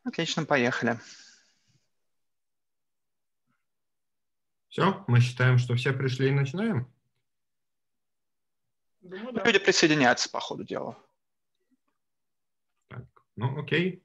Отлично, поехали. Все, мы считаем, что все пришли и начинаем? Думаю, да. Люди присоединяются по ходу дела. Так, ну окей.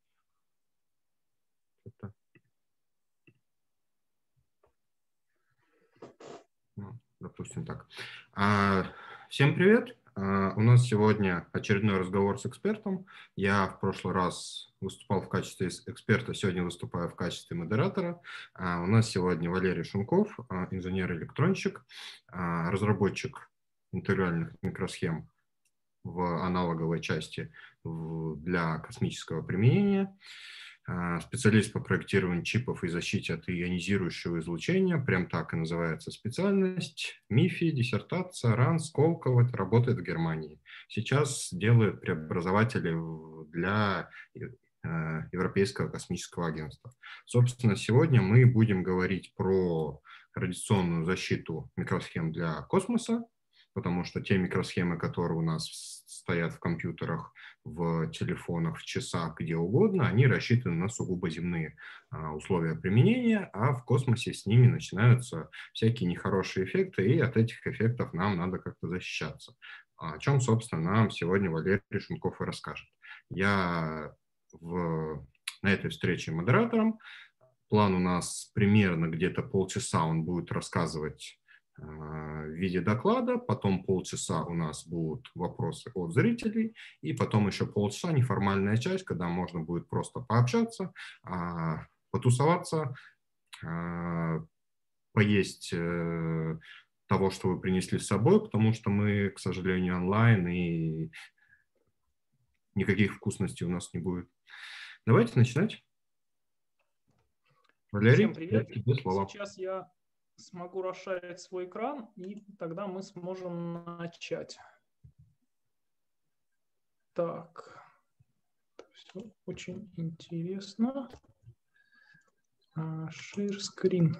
Ну, допустим так. Всем привет. У нас сегодня очередной разговор с экспертом. Я в прошлый раз выступал в качестве эксперта, сегодня выступаю в качестве модератора. У нас сегодня Валерий Шумков, инженер-электронщик, разработчик интегральных микросхем в аналоговой части для космического применения, специалист по проектированию чипов и защите от ионизирующего излучения, прям так и называется специальность, МИФИ, диссертация, РАН, Сколково, работает в Германии. Сейчас делает преобразователи для Европейского космического агентства. Собственно, сегодня мы будем говорить про радиационную защиту микросхем для космоса, потому что те микросхемы, которые у нас стоят в компьютерах, в телефонах, в часах, где угодно, они рассчитаны на сугубо земные условия применения, а в космосе с ними начинаются всякие нехорошие эффекты, и от этих эффектов нам надо как-то защищаться. О чем, собственно, нам сегодня Валерий Шумков и расскажет. Я на этой встрече модератором. План у нас примерно где-то полчаса он будет рассказывать в виде доклада, потом полчаса у нас будут вопросы от зрителей, и потом еще полчаса неформальная часть, когда можно будет просто пообщаться, потусоваться, поесть того, что вы принесли с собой, потому что мы, к сожалению, онлайн, и никаких вкусностей у нас не будет. Давайте начинать. Валерий, Всем привет. тебе слово. Сейчас я смогу расширить свой экран, и тогда мы сможем начать. Так, все очень интересно. Share screen.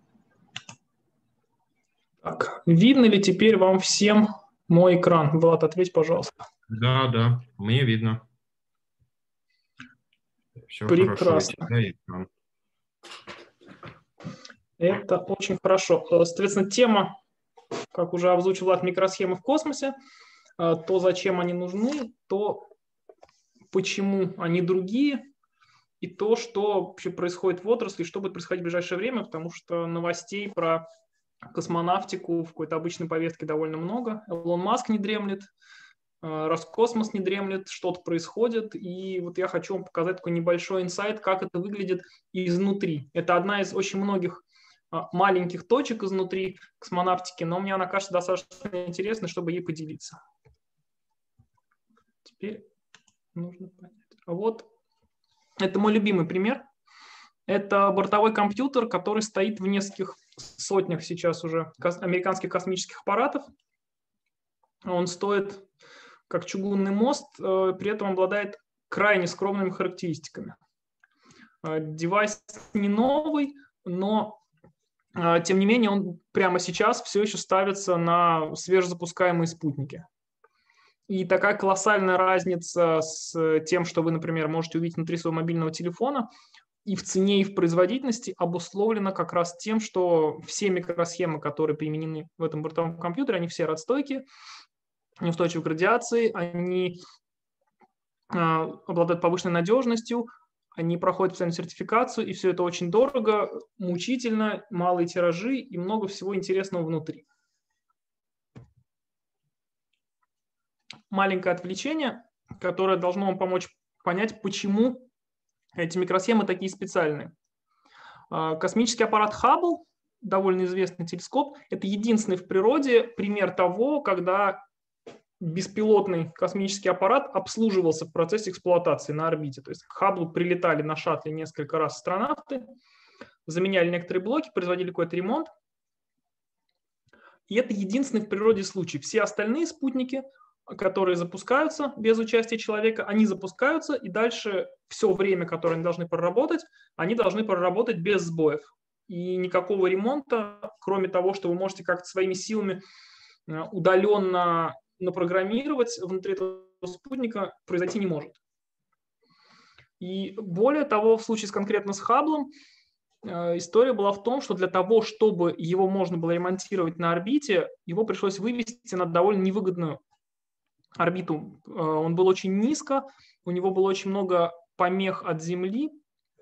Так, видно ли теперь вам всем мой экран? Влад, ответь, пожалуйста. Да, мне видно. Все прекрасно. хорошо. Это очень хорошо. Соответственно, тема, как уже озвучил Влад, микросхемы в космосе, то, зачем они нужны, то, почему они другие, и то, что вообще происходит в отрасли, что будет происходить в ближайшее время, потому что новостей про космонавтику в какой-то обычной повестке довольно много. Илон Маск не дремлет, Роскосмос не дремлет, что-то происходит, и вот я хочу вам показать такой небольшой инсайт, как это выглядит изнутри. Это одна из очень многих маленьких точек изнутри космонавтики, но мне она кажется достаточно интересной, чтобы ей поделиться. Теперь нужно понять. А вот это мой любимый пример. Это бортовой компьютер, который стоит в нескольких сотнях сейчас уже американских космических аппаратов. Он стоит как чугунный мост, при этом обладает крайне скромными характеристиками. Девайс не новый, но тем не менее он прямо сейчас все еще ставится на свежезапускаемые спутники. И такая колоссальная разница с тем, что вы, например, можете увидеть внутри своего мобильного телефона, и в цене, и в производительности обусловлена как раз тем, что все микросхемы, которые применены в этом бортовом компьютере, они все родстойкие, они устойчивы к радиации, они обладают повышенной надежностью, они проходят специальную сертификацию, и все это очень дорого, мучительно, малые тиражи и много всего интересного внутри. Маленькое отвлечение, которое должно вам помочь понять, почему эти микросхемы такие специальные. Космический аппарат Хаббл, довольно известный телескоп, это единственный в природе пример того, когда беспилотный космический аппарат обслуживался в процессе эксплуатации на орбите. То есть к Хабблу прилетали на шаттле несколько раз астронавты, заменяли некоторые блоки, производили какой-то ремонт. И это единственный в природе случай. Все остальные спутники, которые запускаются без участия человека, они запускаются, и дальше все время, которое они должны проработать без сбоев. И никакого ремонта, кроме того, что вы можете как-то своими силами удаленно напрограммировать внутри этого спутника, произойти не может. И более того, в случае конкретно с Хабблом, история была в том, что для того, чтобы его можно было ремонтировать на орбите, его пришлось вывести на довольно невыгодную орбиту. Он был очень низко, у него было очень много помех от Земли.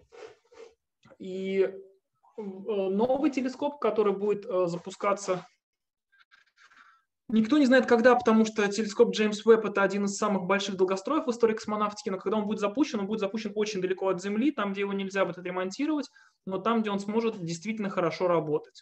И новый телескоп, который будет запускаться, никто не знает когда, потому что телескоп Джеймс Уэбб – это один из самых больших долгостроев в истории космонавтики, но когда он будет запущен очень далеко от Земли, там, где его нельзя будет ремонтировать, но там, где он сможет действительно хорошо работать.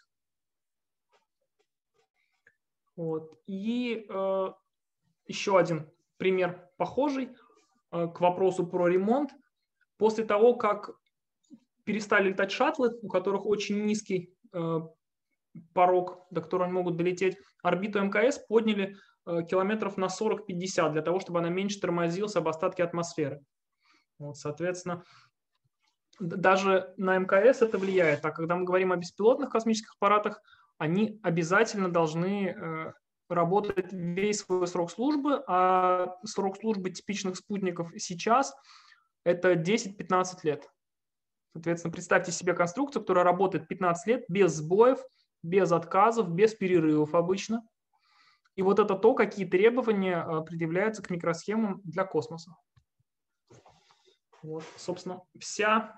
Вот. И еще один пример похожий к вопросу про ремонт. После того, как перестали летать шаттлы, у которых очень низкий порог, до которого они могут долететь, орбиту МКС подняли километров на 40-50 для того, чтобы она меньше тормозилась об остатки атмосферы. Вот, соответственно, даже на МКС это влияет. А когда мы говорим о беспилотных космических аппаратах, они обязательно должны работать весь свой срок службы, а срок службы типичных спутников сейчас это 10-15 лет. Соответственно, представьте себе конструкцию, которая работает 15 лет без сбоев, без отказов, без перерывов обычно. И вот это то, какие требования предъявляются к микросхемам для космоса. Вот, собственно, вся,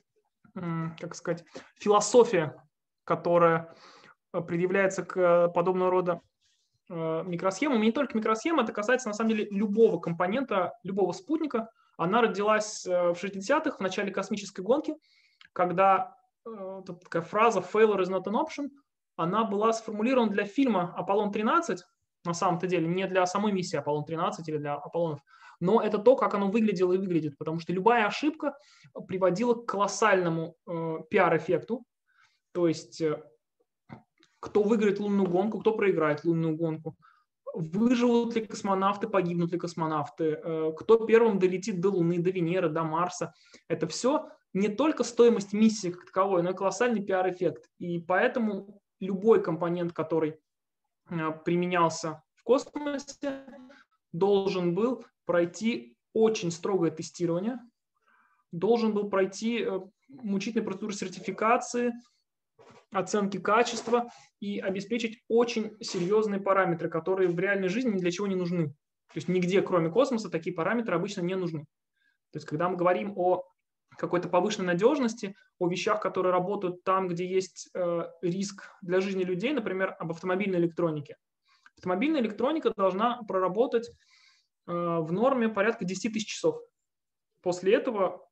как сказать, философия, которая предъявляется к подобного рода микросхемам, и не только микросхем, это касается на самом деле любого компонента, любого спутника. Она родилась в 60-х, в начале космической гонки, когда такая фраза «failure is not an option», она была сформулирована для фильма «Аполлон-13», на самом-то деле, не для самой миссии «Аполлон-13» или для Аполлонов, но это то, как оно выглядело и выглядит, потому что любая ошибка приводила к колоссальному пиар-эффекту, то есть кто выиграет лунную гонку, кто проиграет лунную гонку, выживут ли космонавты, погибнут ли космонавты, кто первым долетит до Луны, до Венеры, до Марса. Это все не только стоимость миссии как таковой, но и колоссальный пиар-эффект. И поэтому любой компонент, который применялся в космосе, должен был пройти очень строгое тестирование, должен был пройти мучительные процедуры сертификации, оценки качества и обеспечить очень серьезные параметры, которые в реальной жизни ни для чего не нужны. То есть нигде, кроме космоса, такие параметры обычно не нужны. То есть когда мы говорим о какой-то повышенной надежности, о вещах, которые работают там, где есть риск для жизни людей, например, об автомобильной электронике. Автомобильная электроника должна проработать в норме порядка 10 тысяч часов. После этого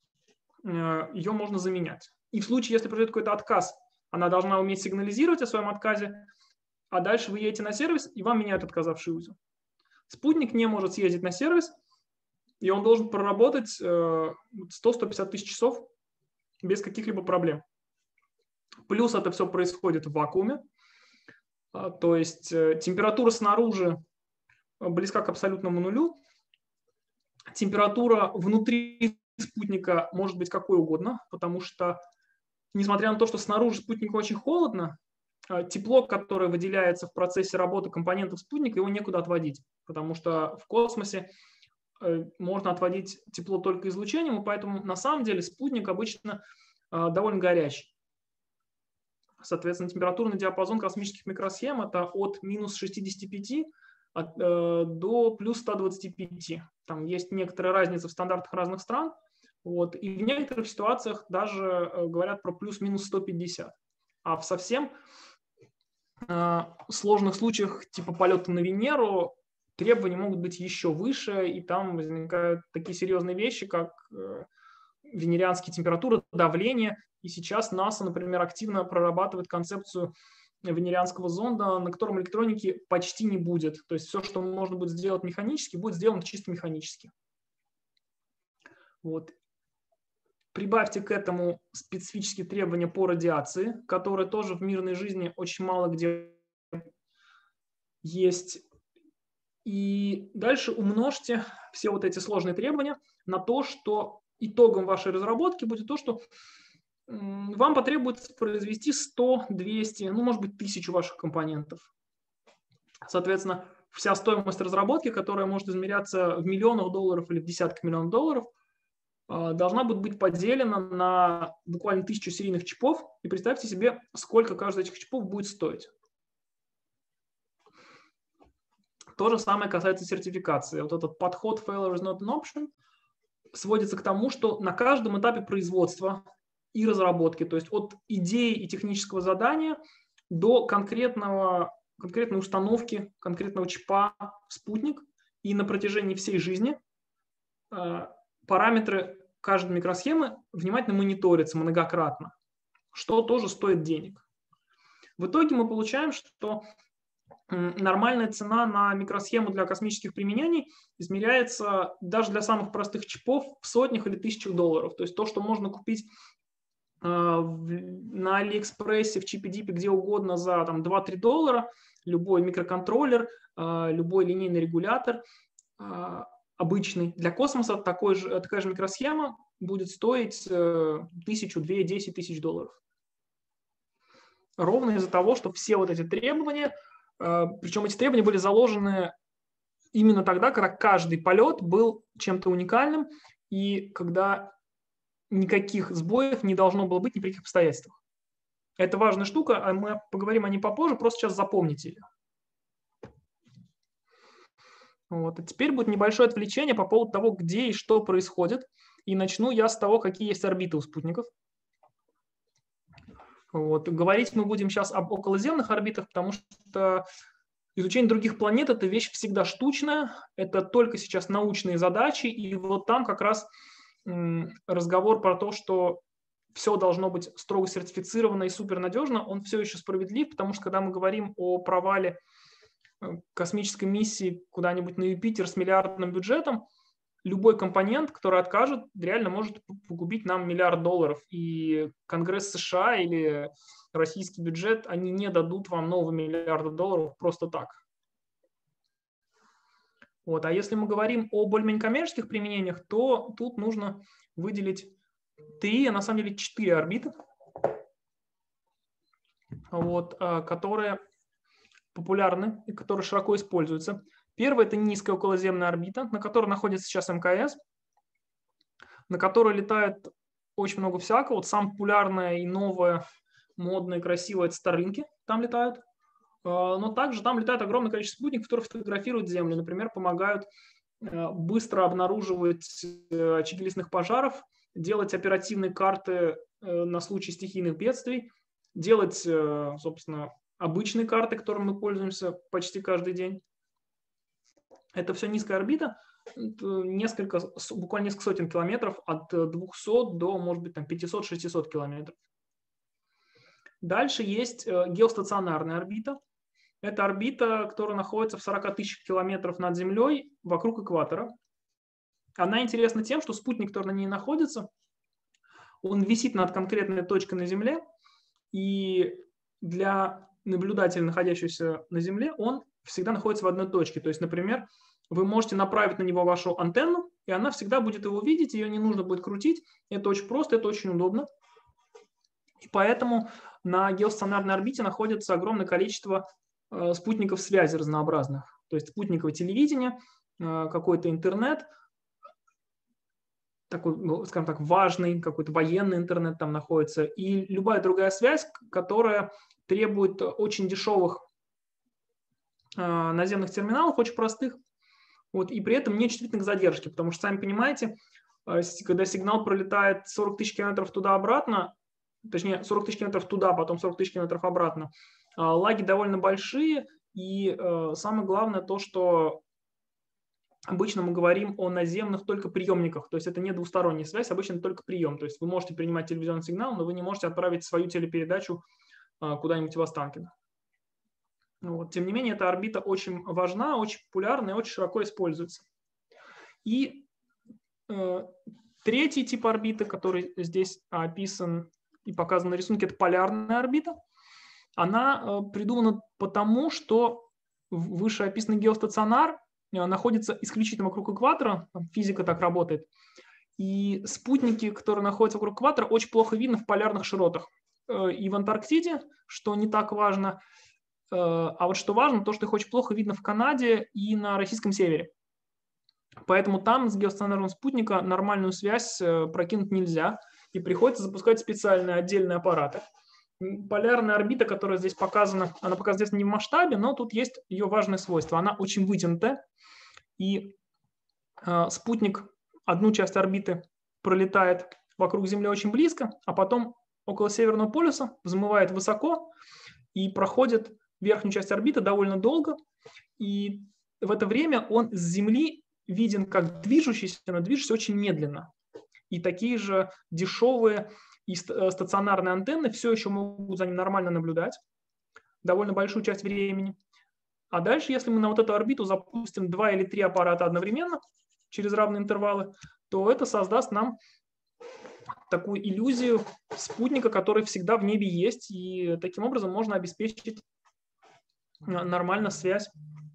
ее можно заменять. И в случае, если произойдет какой-то отказ, она должна уметь сигнализировать о своем отказе, а дальше вы едете на сервис, и вам меняют отказавший узел. Спутник не может съездить на сервис, и он должен проработать 100-150 тысяч часов без каких-либо проблем. Плюс это все происходит в вакууме, то есть температура снаружи близка к абсолютному нулю, температура внутри спутника может быть какой угодно, потому что, несмотря на то, что снаружи спутника очень холодно, тепло, которое выделяется в процессе работы компонентов спутника, его некуда отводить, потому что в космосе можно отводить тепло только излучением, и поэтому на самом деле спутник обычно довольно горячий. Соответственно, температурный диапазон космических микросхем – это от минус 65 до плюс 125. Там есть некоторая разница в стандартах разных стран. Вот, и в некоторых ситуациях даже говорят про плюс-минус 150. А в совсем сложных случаях, типа полета на Венеру, требования могут быть еще выше, и там возникают такие серьезные вещи, как венерианские температуры, давление. И сейчас НАСА, например, активно прорабатывает концепцию венерианского зонда, на котором электроники почти не будет. То есть все, что можно будет сделать механически, будет сделано чисто механически. Вот. Прибавьте к этому специфические требования по радиации, которые тоже в мирной жизни очень мало где есть. И дальше умножьте все вот эти сложные требования на то, что итогом вашей разработки будет то, что вам потребуется произвести 100, 200, ну, может быть, 1000 ваших компонентов. Соответственно, вся стоимость разработки, которая может измеряться в миллионах долларов или в десятках миллионов долларов, должна будет быть поделена на буквально 1000 серийных чипов. И представьте себе, сколько каждый из этих чипов будет стоить. То же самое касается сертификации. Вот этот подход failure is not an option сводится к тому, что на каждом этапе производства и разработки, то есть от идеи и технического задания до конкретной установки, конкретного чипа в спутник, и на протяжении всей жизни параметры каждой микросхемы внимательно мониторятся многократно, что тоже стоит денег. В итоге мы получаем, что нормальная цена на микросхему для космических применений измеряется даже для самых простых чипов в сотнях или тысячах долларов. То есть то, что можно купить на Алиэкспрессе, в чипе-дипе, где угодно за $2-3, любой микроконтроллер, любой линейный регулятор обычный. Для космоса такая же микросхема будет стоить 1000, 2, 10 тысяч долларов. Ровно из-за того, что все вот эти требования, причем эти требования были заложены именно тогда, когда каждый полет был чем-то уникальным и когда никаких сбоев не должно было быть ни при каких обстоятельствах. Это важная штука, а мы поговорим о ней попозже, просто сейчас запомните ее. Вот. А теперь будет небольшое отвлечение по поводу того, где и что происходит. И начну я с того, какие есть орбиты у спутников. Вот. Говорить мы будем сейчас об околоземных орбитах, потому что изучение других планет – это вещь всегда штучная, это только сейчас научные задачи, и вот там как раз разговор про то, что все должно быть строго сертифицировано и супернадежно, он все еще справедлив, потому что когда мы говорим о провале космической миссии куда-нибудь на Юпитер с миллиардным бюджетом, любой компонент, который откажет, реально может погубить нам $1 миллиард. И Конгресс США или российский бюджет, они не дадут вам нового $1 миллиарда просто так. Вот. А если мы говорим о более-менее коммерческих применениях, то тут нужно выделить 3, а на самом деле 4 орбиты, вот, которые популярны и которые широко используются. Первая – это низкая околоземная орбита, на которой находится сейчас МКС, на которой летает очень много всякого. Вот самое популярное и новое, модное, красивое – это Starlink, там летают. Но также там летает огромное количество спутников, которые фотографируют Землю, например, помогают быстро обнаруживать очаги лесных пожаров, делать оперативные карты на случай стихийных бедствий, делать, собственно, обычные карты, которыми мы пользуемся почти каждый день. Это все низкая орбита, буквально несколько сотен километров, от 200 до, может быть, 500-600 километров. Дальше есть геостационарная орбита. Это орбита, которая находится в 40 тысячах километров над Землей вокруг экватора. Она интересна тем, что спутник, который на ней находится, он висит над конкретной точкой на Земле, и для наблюдателя, находящегося на Земле, он всегда находится в одной точке. То есть, например, вы можете направить на него вашу антенну, и она всегда будет его видеть, ее не нужно будет крутить. Это очень просто, это очень удобно. И поэтому на геостационарной орбите находится огромное количество спутников связи разнообразных. То есть спутниковое телевидение, какой-то интернет, такой, скажем так, важный, какой-то военный интернет там находится, и любая другая связь, которая требует очень дешевых наземных терминалов, очень простых, вот, и при этом не чувствительных к задержке, потому что, сами понимаете, когда сигнал пролетает 40 тысяч километров туда-обратно, точнее, 40 тысяч километров туда, потом 40 тысяч километров обратно, лаги довольно большие, и самое главное то, что обычно мы говорим о наземных только приемниках, то есть это не двусторонняя связь, обычно только прием, то есть вы можете принимать телевизионный сигнал, но вы не можете отправить свою телепередачу куда-нибудь в Останкино. Вот. Тем не менее, эта орбита очень важна, очень популярна и очень широко используется. И третий тип орбиты, который здесь описан и показан на рисунке, это полярная орбита. Она придумана потому, что вышеописанный геостационар находится исключительно вокруг экватора, физика так работает, и спутники, которые находятся вокруг экватора, очень плохо видно в полярных широтах. И в Антарктиде, что не так важно, а вот что важно, то, что их очень плохо видно в Канаде и на российском севере. Поэтому там с геостационарного спутника нормальную связь прокинуть нельзя, и приходится запускать специальные отдельные аппараты. Полярная орбита, которая здесь показана, она показана здесь не в масштабе, но тут есть ее важное свойство. Она очень вытянутая, и спутник одну часть орбиты пролетает вокруг Земли очень близко, а потом около Северного полюса взмывает высоко и проходит верхнюю часть орбиты довольно долго. И в это время он с Земли виден как движущийся, но движется очень медленно. И такие же дешевые и стационарные антенны все еще могут за ним нормально наблюдать довольно большую часть времени. А дальше, если мы на вот эту орбиту запустим 2 или 3 аппарата одновременно через равные интервалы, то это создаст нам такую иллюзию спутника, который всегда в небе есть, и таким образом можно обеспечить нормально связь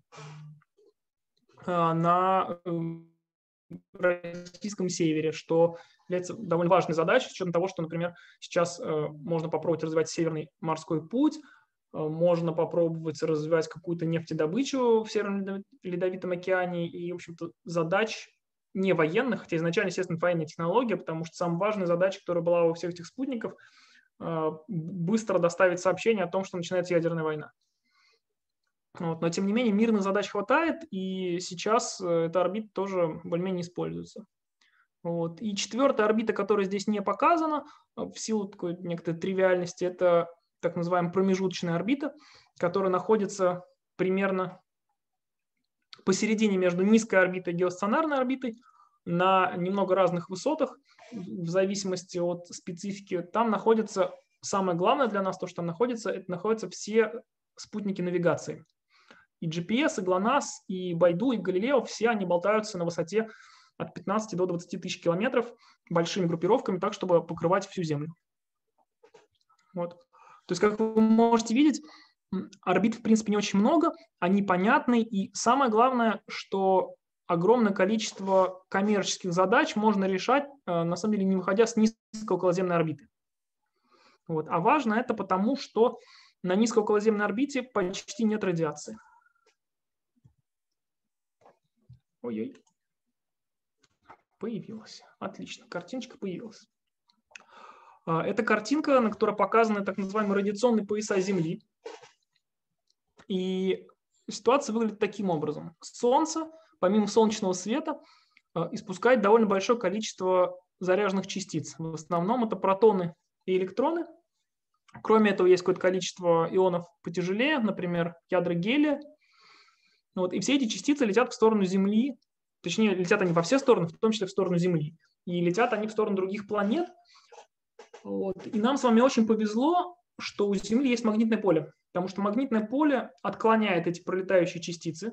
на российском севере, что является довольно важной задачей, с учетом того, что, например, сейчас можно попробовать развивать Северный морской путь, можно попробовать развивать какую-то нефтедобычу в Северном Ледовитом океане, и, в общем-то, задач не военных, хотя изначально, естественно, военная технология, потому что самая важная задача, которая была у всех этих спутников, быстро доставить сообщение о том, что начинается ядерная война. Вот. Но, тем не менее, мирных задач хватает, и сейчас эта орбита тоже более-менее используется. Вот. И четвертая орбита, которая здесь не показана, в силу такой некоторой тривиальности, это так называемая промежуточная орбита, которая находится примерно посередине между низкой орбитой и геостационарной орбитой на немного разных высотах, в зависимости от специфики. Там находится, самое главное для нас, то, что там находится, это находятся все спутники навигации. И GPS, и GLONASS, и Байду, и Галилео, все они болтаются на высоте от 15 до 20 тысяч километров большими группировками, так, чтобы покрывать всю Землю. Вот. То есть, как вы можете видеть, орбит, в принципе, не очень много, они понятны, и самое главное, что огромное количество коммерческих задач можно решать, на самом деле, не выходя с низкооколоземной орбиты. Вот. А важно это потому, что на низкооколоземной орбите почти нет радиации. Ой-ой. Появилась. Отлично, картиночка появилась. Это картинка, на которой показаны так называемые радиационные пояса Земли. И ситуация выглядит таким образом. Солнце, помимо солнечного света, испускает довольно большое количество заряженных частиц. В основном это протоны и электроны. Кроме этого, есть какое-то количество ионов потяжелее, например, ядра гелия. Вот. И все эти частицы летят в сторону Земли, точнее, летят они во все стороны, в том числе в сторону Земли. И летят они в сторону других планет. Вот. И нам с вами очень повезло, что у Земли есть магнитное поле, потому что магнитное поле отклоняет эти пролетающие частицы,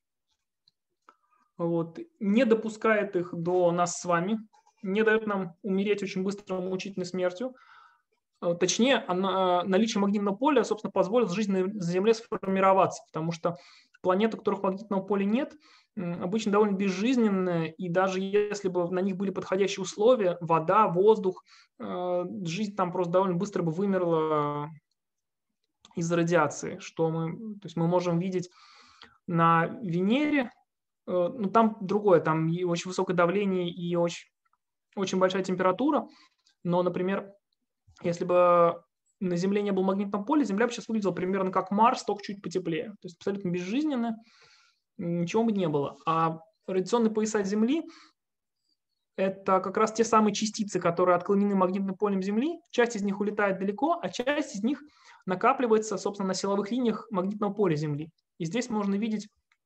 вот, не допускает их до нас с вами, не дает нам умереть очень быстро мучительной смертью. Точнее, наличие магнитного поля, собственно, позволит жизни на Земле сформироваться, потому что планеты, у которых магнитного поля нет, обычно довольно безжизненные, и даже если бы на них были подходящие условия, вода, воздух, жизнь там просто довольно быстро бы вымерла из-за радиации, что то есть мы можем видеть на Венере, ну там другое, там и очень высокое давление и очень большая температура, но, например, если бы на Земле не было магнитного поля, Земля бы сейчас выглядела примерно как Марс, только чуть потеплее. То есть абсолютно безжизненно, ничего бы не было. А радиационные пояса Земли – это как раз те самые частицы, которые отклонены магнитным полем Земли. Часть из них улетает далеко, а часть из них накапливается, собственно, на силовых линиях магнитного поля Земли. И здесь можно видеть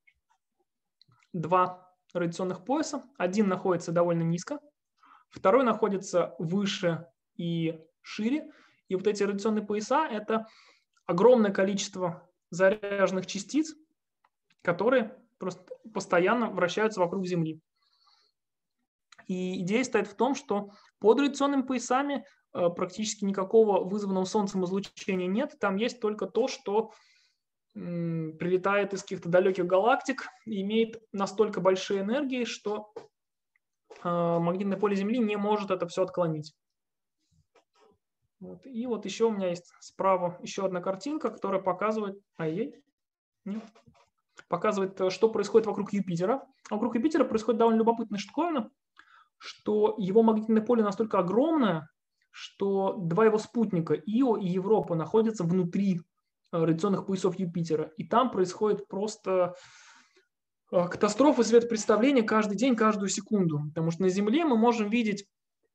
два радиационных пояса. Один находится довольно низко, второй находится выше и шире. И вот эти радиационные пояса – это огромное количество заряженных частиц, которые просто постоянно вращаются вокруг Земли. И идея стоит в том, что под радиационными поясами практически никакого вызванного Солнцем излучения нет. Там есть только то, что прилетает из каких-то далеких галактик и имеет настолько большие энергии, что магнитное поле Земли не может это все отклонить. Вот. И вот еще у меня есть справа еще одна картинка, которая показывает... Нет. показывает, что происходит вокруг Юпитера. Вокруг Юпитера происходит довольно любопытная штуковина, что его магнитное поле настолько огромное, что два его спутника, Ио и Европа, находятся внутри радиационных поясов Юпитера. И там происходит просто катастрофа светопредставления каждый день, каждую секунду. Потому что на Земле мы можем видеть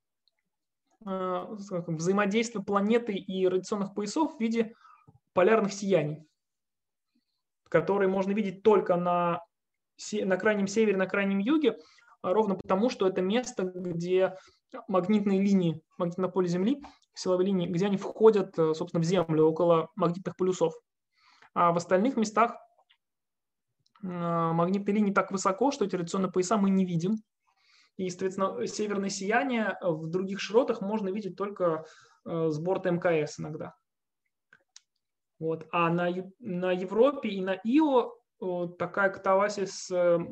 взаимодействие планеты и радиационных поясов в виде полярных сияний, которые можно видеть только на крайнем севере, на крайнем юге, ровно потому, что это место, где магнитные линии, магнитное поле Земли, силовые линии, где они входят, собственно, в Землю, около магнитных полюсов. А в остальных местах магнитные линии так высоко, что эти радиационные пояса мы не видим. И, соответственно, северное сияние в других широтах можно видеть только с борта МКС иногда. Вот. А на Европе и на Ио такая катавасия с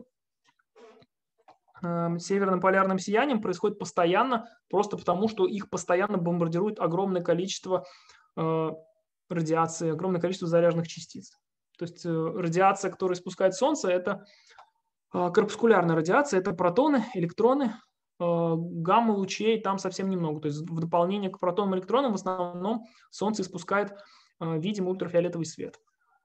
северным полярным сиянием происходит постоянно, просто потому, что их постоянно бомбардирует огромное количество радиации, огромное количество заряженных частиц. То есть радиация, которую испускает Солнце, это корпускулярная радиация, это протоны, электроны, гамма-лучей там совсем немного. То есть в дополнение к протонам и электронам в основном Солнце испускает видимый ультрафиолетовый свет.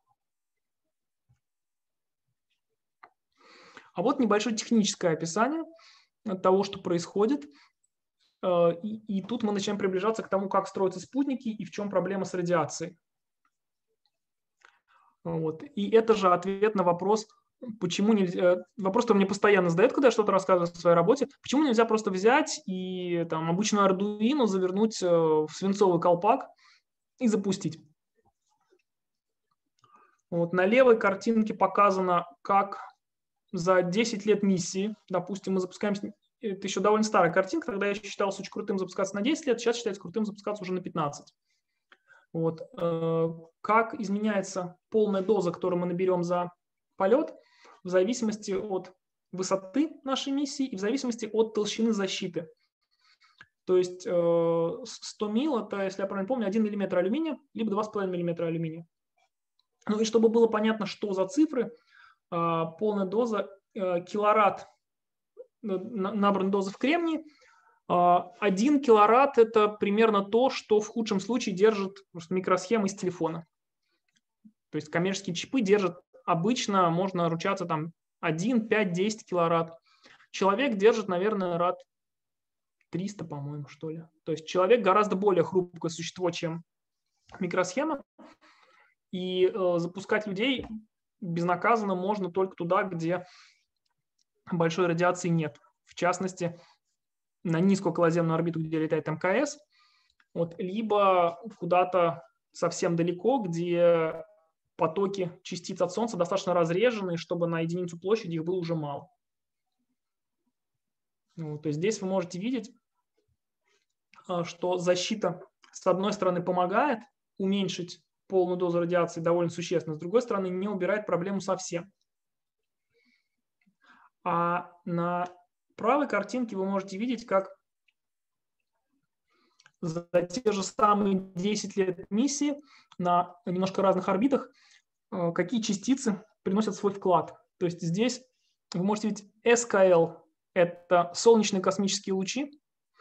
А вот небольшое техническое описание того, что происходит. И тут мы начинаем приближаться к тому, как строятся спутники и в чем проблема с радиацией. Вот. И это же ответ на вопрос, почему нельзя... Вопрос, который мне постоянно задают, когда я что-то рассказываю о своей работе. Почему нельзя просто взять и там, обычную Arduino завернуть в свинцовый колпак и запустить? Вот. На левой картинке показано, как за 10 лет миссии, допустим, мы запускаемся... Это еще довольно старая картинка, тогда я считался очень крутым запускаться на 10 лет, сейчас считается крутым запускаться уже на 15. Вот. Как изменяется полная доза, которую мы наберем за полет, в зависимости от высоты нашей миссии и в зависимости от толщины защиты. То есть 100 мил – это, если я правильно помню, 1 мм алюминия, либо 2,5 мм алюминия. Ну и чтобы было понятно, что за цифры, полная доза килорад, набранной дозы в кремнии, 1 килорад – это примерно то, что в худшем случае держит микросхема из телефона. То есть коммерческие чипы держат обычно, можно ручаться там 1, 5, 10 килорад. Человек держит, наверное, рад 300, по-моему, что ли. То есть человек гораздо более хрупкое существо, чем микросхема. И запускать людей безнаказанно можно только туда, где большой радиации нет. В частности, на низкую околоземную орбиту, где летает МКС, вот, либо куда-то совсем далеко, где потоки частиц от Солнца достаточно разрежены, чтобы на единицу площади их было уже мало. Вот, то есть здесь вы можете видеть, что защита, с одной стороны, помогает уменьшить полную дозу радиации довольно существенно, с другой стороны, не убирает проблему совсем. А на правой картинке вы можете видеть, как за те же самые 10 лет миссии на немножко разных орбитах какие частицы приносят свой вклад. То есть здесь вы можете видеть СКЛ – это солнечные космические лучи,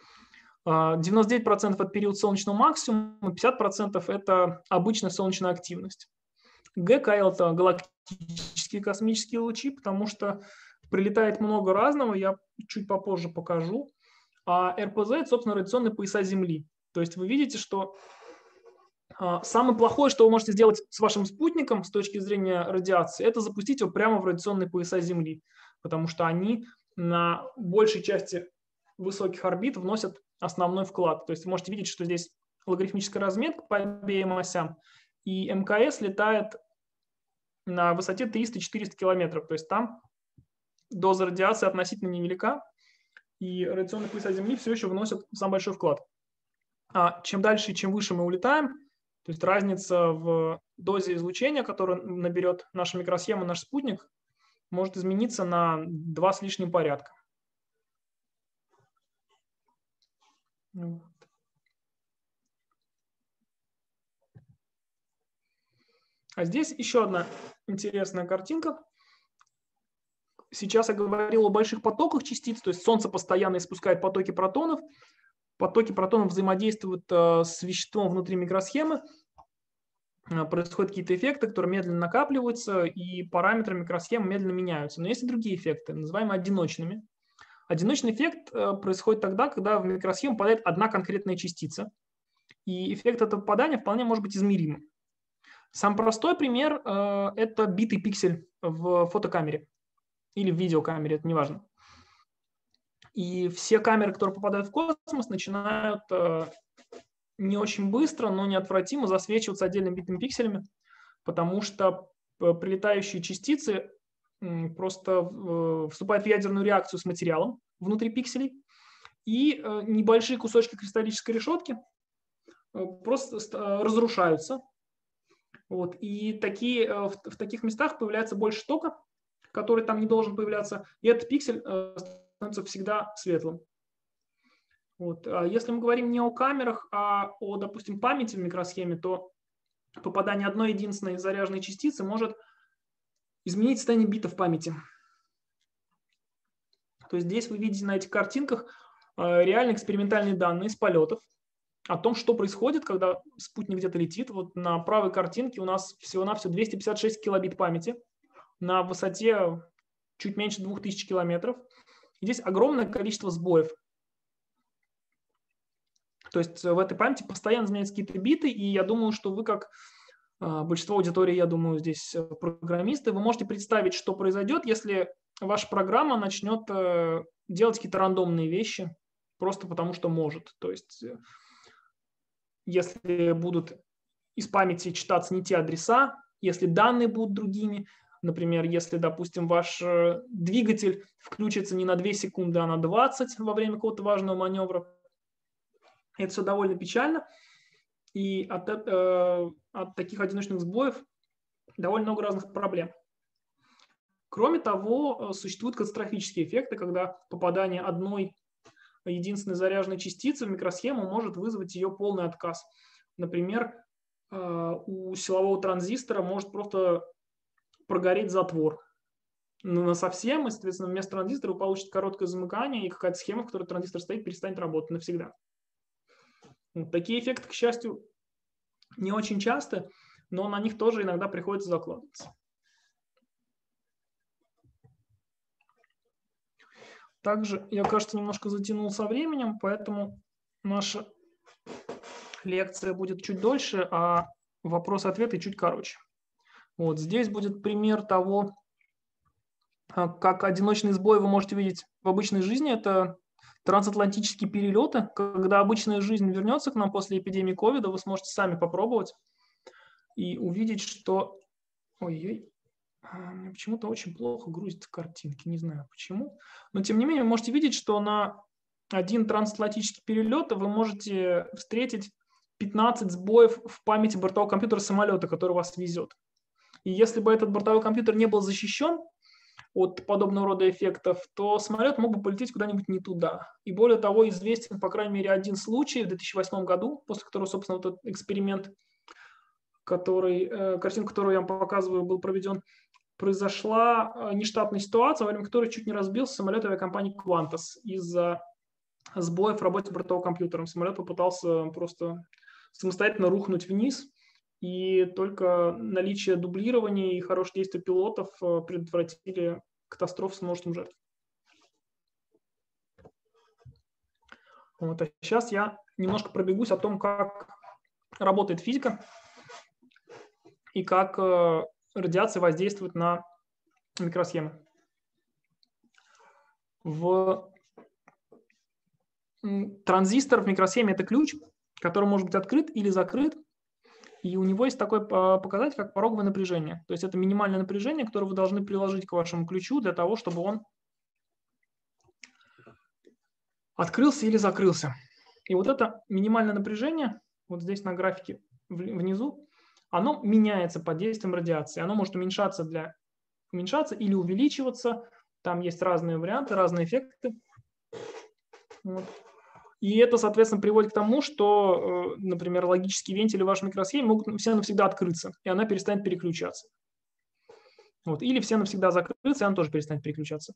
99% это период солнечного максимума, 50% это обычная солнечная активность. ГКЛ – это галактические космические лучи, потому что прилетает много разного, я чуть попозже покажу. А РПЗ – это, собственно, радиационные пояса Земли. То есть вы видите, что самое плохое, что вы можете сделать с вашим спутником с точки зрения радиации, это запустить его прямо в радиационные пояса Земли, потому что они на большей части высоких орбит вносят основной вклад. То есть вы можете видеть, что здесь логарифмическая разметка по обеим осям, и МКС летает на высоте 300-400 километров. То есть там доза радиации относительно невелика, и радиационные пояса Земли все еще вносят самый большой вклад. А чем дальше и чем выше мы улетаем, то есть разница в дозе излучения, которую наберет наша микросхема, наш спутник, может измениться на 2 с лишним порядка. А здесь еще одна интересная картинка. Сейчас я говорил о больших потоках частиц, то есть Солнце постоянно испускает потоки протонов. Потоки протонов взаимодействуют с веществом внутри микросхемы. Происходят какие-то эффекты, которые медленно накапливаются, и параметры микросхемы медленно меняются. Но есть и другие эффекты, называемые одиночными. Одиночный эффект происходит тогда, когда в микросхему попадает одна конкретная частица. И эффект этого попадания вполне может быть измеримым. Самый простой пример – это битый пиксель в фотокамере или в видеокамере, это неважно. И все камеры, которые попадают в космос, начинают не очень быстро, но неотвратимо засвечиваться отдельными битыми пикселями, потому что прилетающие частицы просто вступают в ядерную реакцию с материалом внутри пикселей, и небольшие кусочки кристаллической решетки просто разрушаются. Вот. И в таких местах появляется больше тока, который там не должен появляться, и этот пиксель становится всегда светлым. Вот. А если мы говорим не о камерах, а о, допустим, памяти в микросхеме, то попадание одной единственной заряженной частицы может изменить состояние битов памяти. То есть здесь вы видите на этих картинках реально экспериментальные данные с полетов о том, что происходит, когда спутник где-то летит. Вот на правой картинке у нас всего-навсего 256 килобит памяти на высоте чуть меньше 2000 километров. И здесь огромное количество сбоев. То есть в этой памяти постоянно изменяются какие-то биты, и я думаю, что вы, как большинство аудитории, я думаю, здесь программисты, вы можете представить, что произойдет, если ваша программа начнет делать какие-то рандомные вещи, просто потому что может. То есть если будут из памяти читаться не те адреса, если данные будут другими, например, если, допустим, ваш двигатель включится не на 2 секунды, а на 20 во время какого-то важного маневра, это все довольно печально, и от таких одиночных сбоев довольно много разных проблем. Кроме того, существуют катастрофические эффекты, когда попадание одной единственной заряженной частицы в микросхему может вызвать ее полный отказ. Например, у силового транзистора может просто прогореть затвор насовсем, и, соответственно, вместо транзистора вы получите короткое замыкание, и какая-то схема, в которой транзистор стоит, перестанет работать навсегда. Вот такие эффекты, к счастью, не очень часто, но на них тоже иногда приходится закладываться. Также я, кажется, немножко затянул со временем, поэтому наша лекция будет чуть дольше, а вопросы-ответы чуть короче. Вот здесь будет пример того, как одиночный сбой вы можете видеть в обычной жизни. Это трансатлантические перелеты. Когда обычная жизнь вернется к нам после эпидемии ковида, вы сможете сами попробовать и увидеть, что... Ой-ой, мне почему-то очень плохо грузятся картинки, не знаю почему. Но тем не менее, вы можете видеть, что на один трансатлантический перелет вы можете встретить 15 сбоев в памяти бортового компьютера самолета, который вас везет. И если бы этот бортовой компьютер не был защищен от подобного рода эффектов, то самолет мог бы полететь куда-нибудь не туда. И более того, известен, по крайней мере, один случай в 2008 году, после которого, собственно, вот этот эксперимент, картинку, которую я вам показываю, был проведен, произошла нештатная ситуация, во время которой чуть не разбился самолет авиакомпании Qantas из-за сбоев в работе бортового компьютера. Самолет попытался просто самостоятельно рухнуть вниз, и только наличие дублирования и хорошее действие пилотов предотвратили катастрофу с множеством жертв. Вот. А сейчас я немножко пробегусь о том, как работает физика и как радиация воздействует на микросхемы. Транзистор в микросхеме – это ключ, который может быть открыт или закрыт. И у него есть такой показатель, как пороговое напряжение. То есть это минимальное напряжение, которое вы должны приложить к вашему ключу для того, чтобы он открылся или закрылся. И вот это минимальное напряжение, вот здесь на графике внизу, оно меняется под действием радиации. Оно может уменьшаться или увеличиваться. Там есть разные варианты, разные эффекты. Вот. И это, соответственно, приводит к тому, что, например, логические вентили в вашей микросхеме могут все навсегда открыться, и она перестанет переключаться. Вот. Или все навсегда закрыться, и он тоже перестанет переключаться.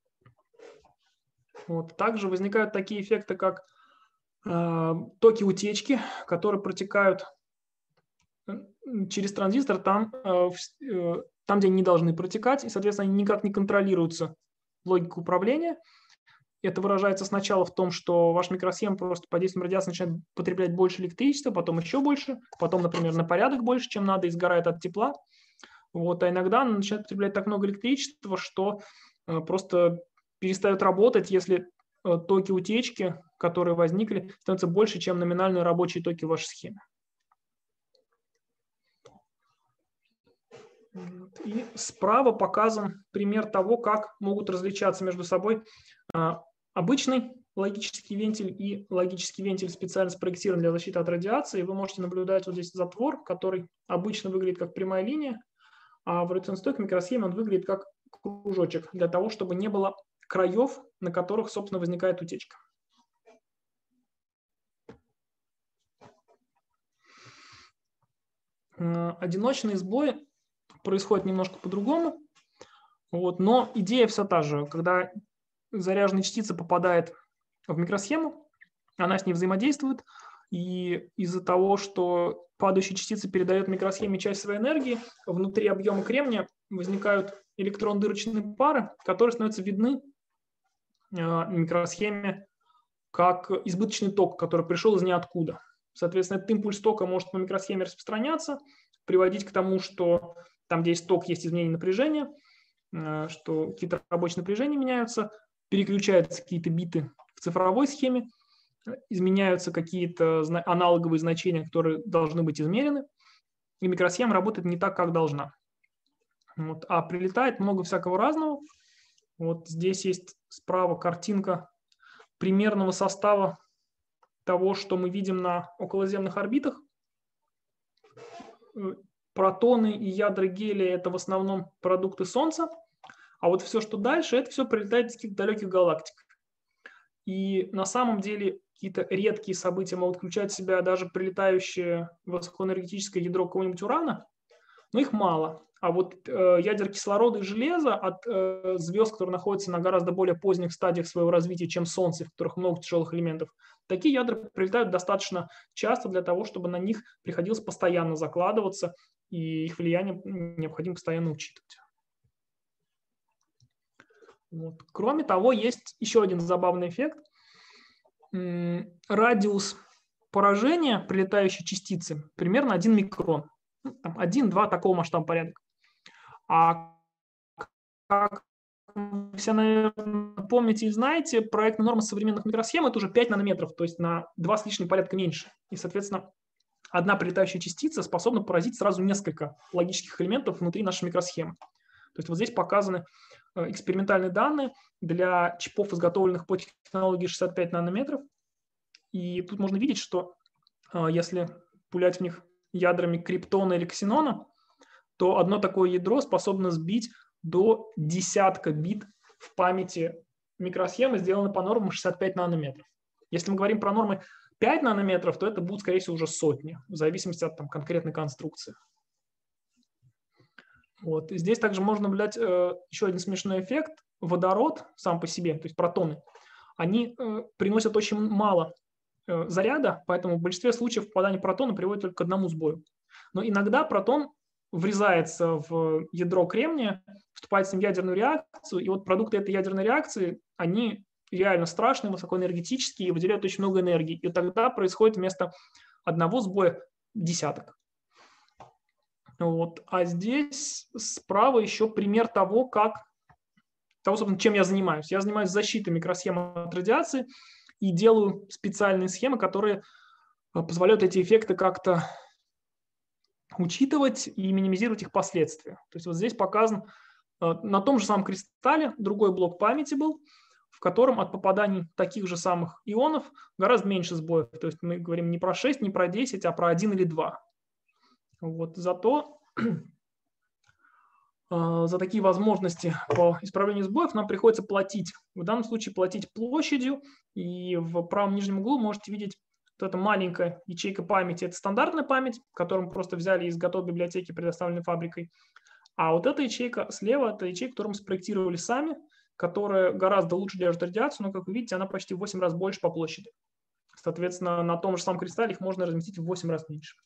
Вот. Также возникают такие эффекты, как токи утечки, которые протекают через транзистор там, где они не должны протекать, и, соответственно, они никак не контролируются логикой управления. Это выражается сначала в том, что ваш микросхема просто под действием радиации начинает потреблять больше электричества, потом еще больше, потом, например, на порядок больше, чем надо, и сгорает от тепла. Вот. А иногда она начинает потреблять так много электричества, что просто перестает работать, если токи утечки, которые возникли, становятся больше, чем номинальные рабочие токи в вашей схеме. И справа показан пример того, как могут различаться между собой обычный логический вентиль и логический вентиль, специально спроектирован для защиты от радиации. Вы можете наблюдать вот здесь затвор, который обычно выглядит как прямая линия, а в радиационно-стойкой микросхеме он выглядит как кружочек, для того, чтобы не было краев, на которых, собственно, возникает утечка. Одиночные сбои происходят немножко по-другому, вот, но идея вся та же. Когда заряженная частица попадает в микросхему, она с ней взаимодействует, и из-за того, что падающая частица передает микросхеме часть своей энергии, внутри объема кремния возникают электрон-дырочные пары, которые становятся видны в микросхеме как избыточный ток, который пришел из ниоткуда. Соответственно, этот импульс тока может по микросхеме распространяться, приводить к тому, что там, где есть ток, есть изменение напряжения, что какие-то рабочие напряжения меняются, переключаются какие-то биты в цифровой схеме, изменяются какие-то аналоговые значения, которые должны быть измерены, и микросхема работает не так, как должна. Вот. А прилетает много всякого разного. Вот здесь есть справа картинка примерного состава того, что мы видим на околоземных орбитах. Протоны и ядра гелия – это в основном продукты Солнца, а вот все, что дальше, это все прилетает из каких-то далеких галактик. И на самом деле какие-то редкие события могут включать в себя даже прилетающее высокоэнергетическое ядро какого-нибудь урана, но их мало. А вот ядер кислорода и железа от звезд, которые находятся на гораздо более поздних стадиях своего развития, чем Солнце, в которых много тяжелых элементов, такие ядра прилетают достаточно часто для того, чтобы на них приходилось постоянно закладываться, и их влияние необходимо постоянно учитывать. Вот. Кроме того, есть еще один забавный эффект. Радиус поражения прилетающей частицы примерно 1 микрон. 1-2 такого масштаба порядка. А как все, наверное, помните и знаете, проектная норма современных микросхем – это уже 5 нанометров, то есть на 2 с лишним порядка меньше. И, соответственно, одна прилетающая частица способна поразить сразу несколько логических элементов внутри нашей микросхемы. То есть вот здесь показаны экспериментальные данные для чипов, изготовленных по технологии 65 нанометров. И тут можно видеть, что если пулять в них ядрами криптона или ксенона, то одно такое ядро способно сбить до десятка бит в памяти микросхемы, сделаны по нормам 65 нанометров. Если мы говорим про нормы 5 нанометров, то это будут, скорее всего, уже сотни, в зависимости от конкретной конструкции. Вот. И здесь также можно наблюдать еще один смешной эффект. Водород сам по себе, то есть протоны, они приносят очень мало заряда, поэтому в большинстве случаев попадание протона приводит только к одному сбою. Но иногда протон врезается в ядро кремния, вступает с ним в ядерную реакцию, и вот продукты этой ядерной реакции, они реально страшные, высокоэнергетические и выделяют очень много энергии. И тогда происходит вместо одного сбоя десяток. Вот. А здесь справа еще пример того, собственно, чем я занимаюсь. Я занимаюсь защитой микросхем от радиации и делаю специальные схемы, которые позволяют эти эффекты как-то учитывать и минимизировать их последствия. То есть вот здесь показан на том же самом кристалле другой блок памяти был, в котором от попаданий таких же самых ионов гораздо меньше сбоев. То есть мы говорим не про 6, не про 10, а про 1 или 2. Вот. Зато за такие возможности по исправлению сбоев нам приходится платить. В данном случае платить площадью. И в правом нижнем углу можете видеть вот эта маленькая ячейка памяти. Это стандартная память, которую мы просто взяли из готовой библиотеки, предоставленной фабрикой. А вот эта ячейка слева, это ячейка, которую мы спроектировали сами, которая гораздо лучше держит радиацию, но, как вы видите, она почти в 8 раз больше по площади. Соответственно, на том же самом кристалле их можно разместить в 8 раз меньше.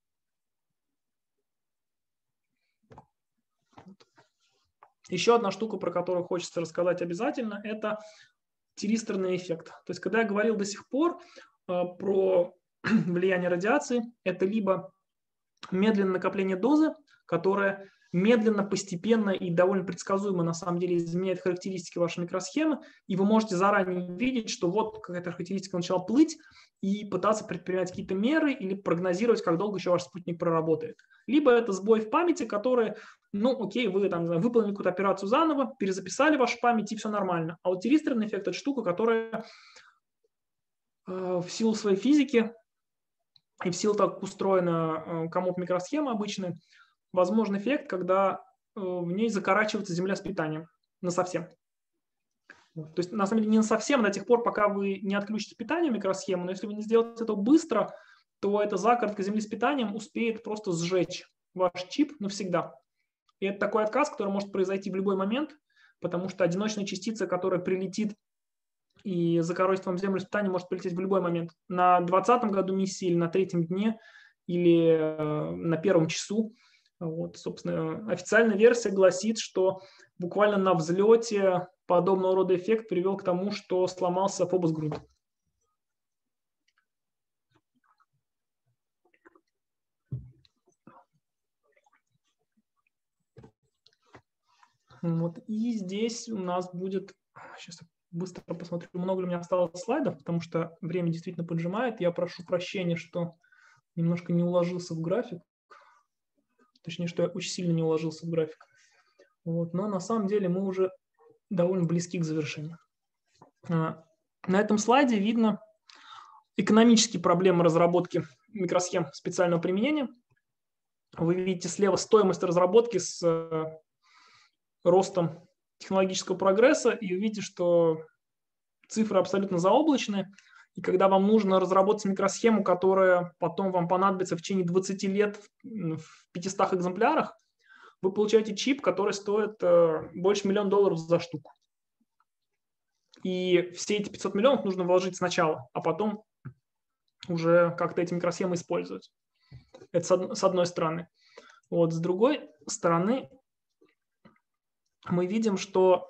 Еще одна штука, про которую хочется рассказать обязательно, это тиристорный эффект. То есть, когда я говорил до сих пор про влияние радиации, это либо медленное накопление дозы, которое медленно, постепенно и довольно предсказуемо на самом деле изменяет характеристики вашей микросхемы, и вы можете заранее видеть, что вот какая-то характеристика начала плыть, и пытаться предпринять какие-то меры или прогнозировать, как долго еще ваш спутник проработает. Либо это сбой в памяти, который, ну окей, вы там, не знаю, выполнили какую-то операцию заново, перезаписали вашу память, и все нормально. А вот тиристорный эффект – это штука, которая в силу своей физики и в силу того, как устроена комод микросхема обычная, возможен эффект, когда в ней закорачивается земля с питанием насовсем. То есть, на самом деле, не совсем до тех пор, пока вы не отключите питание микросхемы, но если вы не сделаете это быстро, то эта закоротка земли с питанием успеет просто сжечь ваш чип навсегда. И это такой отказ, который может произойти в любой момент, потому что одиночная частица, которая прилетит и закоротит вам землю с питанием, может прилететь в любой момент. На 20-м году миссии или на 3-м дне, или на 1-м часу. Вот, собственно, официальная версия гласит, что буквально на взлете подобного рода эффект привел к тому, что сломался Фобос Груд. Вот, и здесь у нас будет... Сейчас я быстро посмотрю, много ли у меня осталось слайдов, потому что время действительно поджимает. Я прошу прощения, что немножко не уложился в график. Точнее, что я очень сильно не уложился в график. Вот, но на самом деле мы уже довольно близки к завершению. На этом слайде видно экономические проблемы разработки микросхем специального применения. Вы видите слева стоимость разработки с ростом технологического прогресса, и увидите, что цифры абсолютно заоблачные. И когда вам нужно разработать микросхему, которая потом вам понадобится в течение 20 лет в 500 экземплярах, вы получаете чип, который стоит больше $1 миллион за штуку. И все эти 500 миллионов нужно вложить сначала, а потом уже как-то эти микросхемы использовать. Это с одной стороны. Вот, с другой стороны, мы видим, что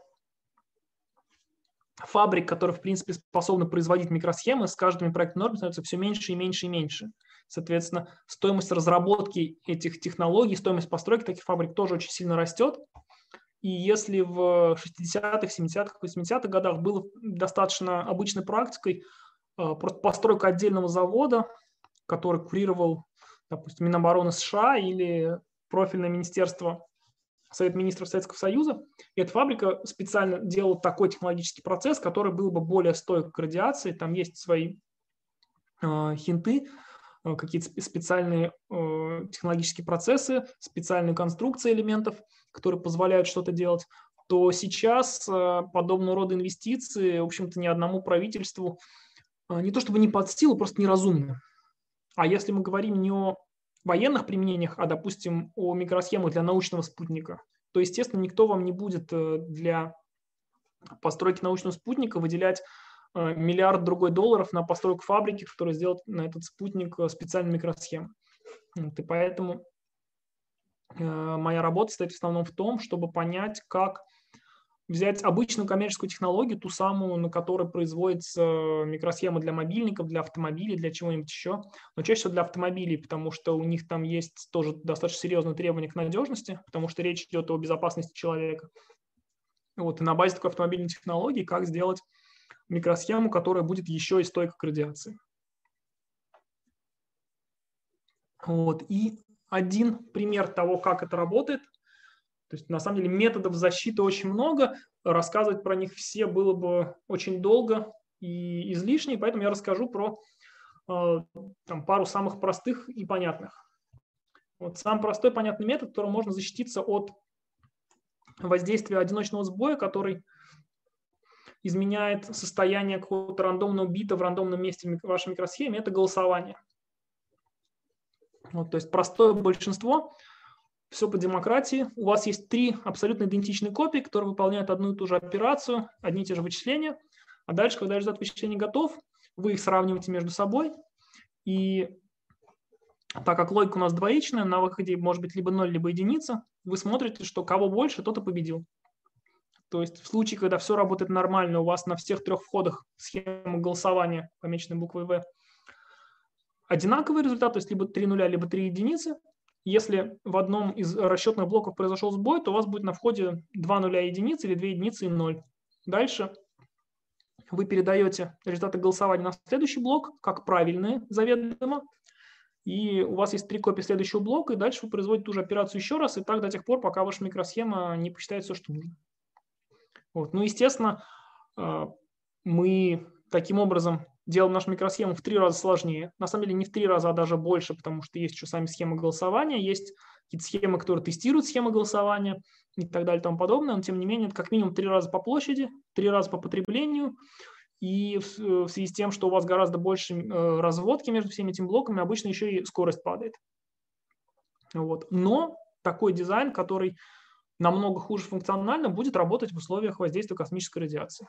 фабрик, которые, в принципе, способны производить микросхемы, с каждыми проектными нормами становится все меньше и меньше и меньше. Соответственно, стоимость разработки этих технологий, стоимость постройки таких фабрик тоже очень сильно растет. И если в 60-х, 70-х, 80-х годах было достаточно обычной практикой просто постройка отдельного завода, который курировал, допустим, Минобороны США или профильное министерство Совет министров Советского Союза, и эта фабрика специально делала такой технологический процесс, который был бы более стойк к радиации. Там есть свои хинты, какие-то специальные технологические процессы, специальные конструкции элементов, которые позволяют что-то делать, то сейчас подобного рода инвестиции, в общем-то, ни одному правительству не то чтобы не под силу, просто неразумны. А если мы говорим не о военных применениях, а, допустим, о микросхемах для научного спутника, то, естественно, никто вам не будет для постройки научного спутника выделять $1 миллиард другой долларов на постройку фабрики, которая сделает на этот спутник специальную микросхему. Вот, и поэтому моя работа стоит в основном в том, чтобы понять, как взять обычную коммерческую технологию, ту самую, на которой производится микросхема для мобильников, для автомобилей, для чего-нибудь еще, но чаще всего для автомобилей, потому что у них там есть тоже достаточно серьезные требования к надежности, потому что речь идет о безопасности человека. Вот, и на базе такой автомобильной технологии как сделать микросхему, которая будет еще и стойка к радиации. Вот, и один пример того, как это работает. То есть, на самом деле, методов защиты очень много, рассказывать про них все было бы очень долго и излишне, поэтому я расскажу про пару самых простых и понятных. Вот самый простой понятный метод, которым можно защититься от воздействия одиночного сбоя, который изменяет состояние какого-то рандомного бита в рандомном месте в вашей микросхеме, это голосование. Вот, то есть простое большинство все по демократии. У вас есть 3 абсолютно идентичные копии, которые выполняют одну и ту же операцию, одни и те же вычисления. А дальше, когда результат вычисления готов, вы их сравниваете между собой. И так как логика у нас двоичная, на выходе может быть либо 0, либо единица, вы смотрите, что кого больше, тот и победил. То есть в случае, когда все работает нормально, у вас на всех 3 входах схема голосования, помеченной буквой V, одинаковый результат, то есть либо 3 нуля, либо 3 единицы. Если в одном из расчетных блоков произошел сбой, то у вас будет на входе 2 нуля и единицы или 2 единицы и 0. Дальше вы передаете результаты голосования на следующий блок, как правильные заведомо, и у вас есть 3 копии следующего блока, и дальше вы производите ту же операцию еще раз, и так до тех пор, пока ваша микросхема не посчитает все, что нужно. Вот. Ну, естественно, мы таким образом делаем нашу микросхему в 3 раза сложнее. На самом деле не в 3 раза, а даже больше, потому что есть еще сами схемы голосования, есть какие-то схемы, которые тестируют схемы голосования и так далее и тому подобное. Но тем не менее, это как минимум 3 раза по площади, 3 раза по потреблению. И в связи с тем, что у вас гораздо больше разводки между всеми этими блоками, обычно еще и скорость падает. Вот. Но такой дизайн, который намного хуже функционально, будет работать в условиях воздействия космической радиации.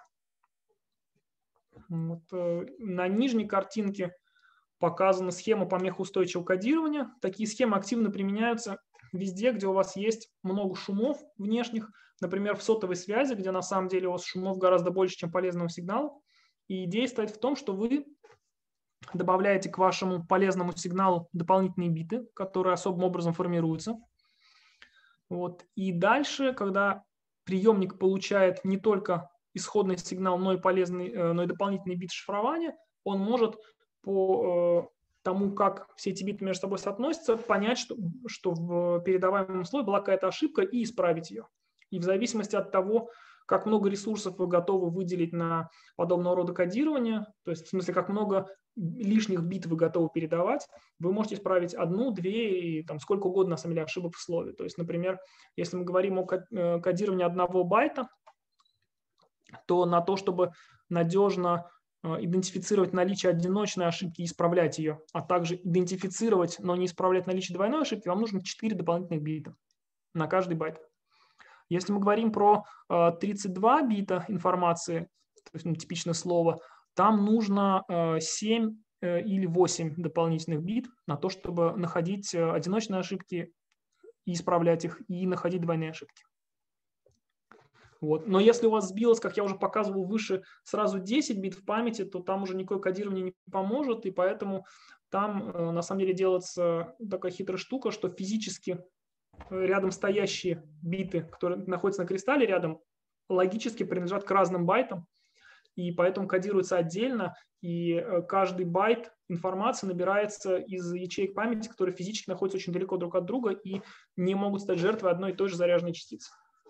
Вот. На нижней картинке показана схема помехоустойчивого кодирования. Такие схемы активно применяются везде, где у вас есть много шумов внешних, например, в сотовой связи, где на самом деле у вас шумов гораздо больше, чем полезного сигнала. И идея стоит в том, что вы добавляете к вашему полезному сигналу дополнительные биты, которые особым образом формируются. Вот. И дальше, когда приемник получает не только исходный сигнал, но и дополнительный бит шифрования, он может по тому, как все эти биты между собой соотносятся, понять, что в передаваемом слое была какая-то ошибка, и исправить ее. И в зависимости от того, как много ресурсов вы готовы выделить на подобного рода кодирование, то есть в смысле, как много лишних бит вы готовы передавать, вы можете исправить 1, 2 и там, сколько угодно, на самом деле, ошибок в слове. То есть, например, если мы говорим о кодировании 1 байта, то на то, чтобы надежно идентифицировать наличие одиночной ошибки и исправлять ее, а также идентифицировать, но не исправлять наличие двойной ошибки, вам нужно 4 дополнительных бита на каждый байт. Если мы говорим про 32 бита информации, то есть типичное слово, там нужно 7 или 8 дополнительных бит на то, чтобы находить одиночные ошибки и исправлять их, и находить двойные ошибки. Вот. Но если у вас сбилось, как я уже показывал выше, сразу 10 бит в памяти, то там уже никакое кодирование не поможет, и поэтому там на самом деле делается такая хитрая штука, что физически рядом стоящие биты, которые находятся на кристалле рядом, логически принадлежат к разным байтам, и поэтому кодируется отдельно, и каждый байт информации набирается из ячеек памяти, которые физически находятся очень далеко друг от друга и не могут стать жертвой одной и той же заряженной частицы.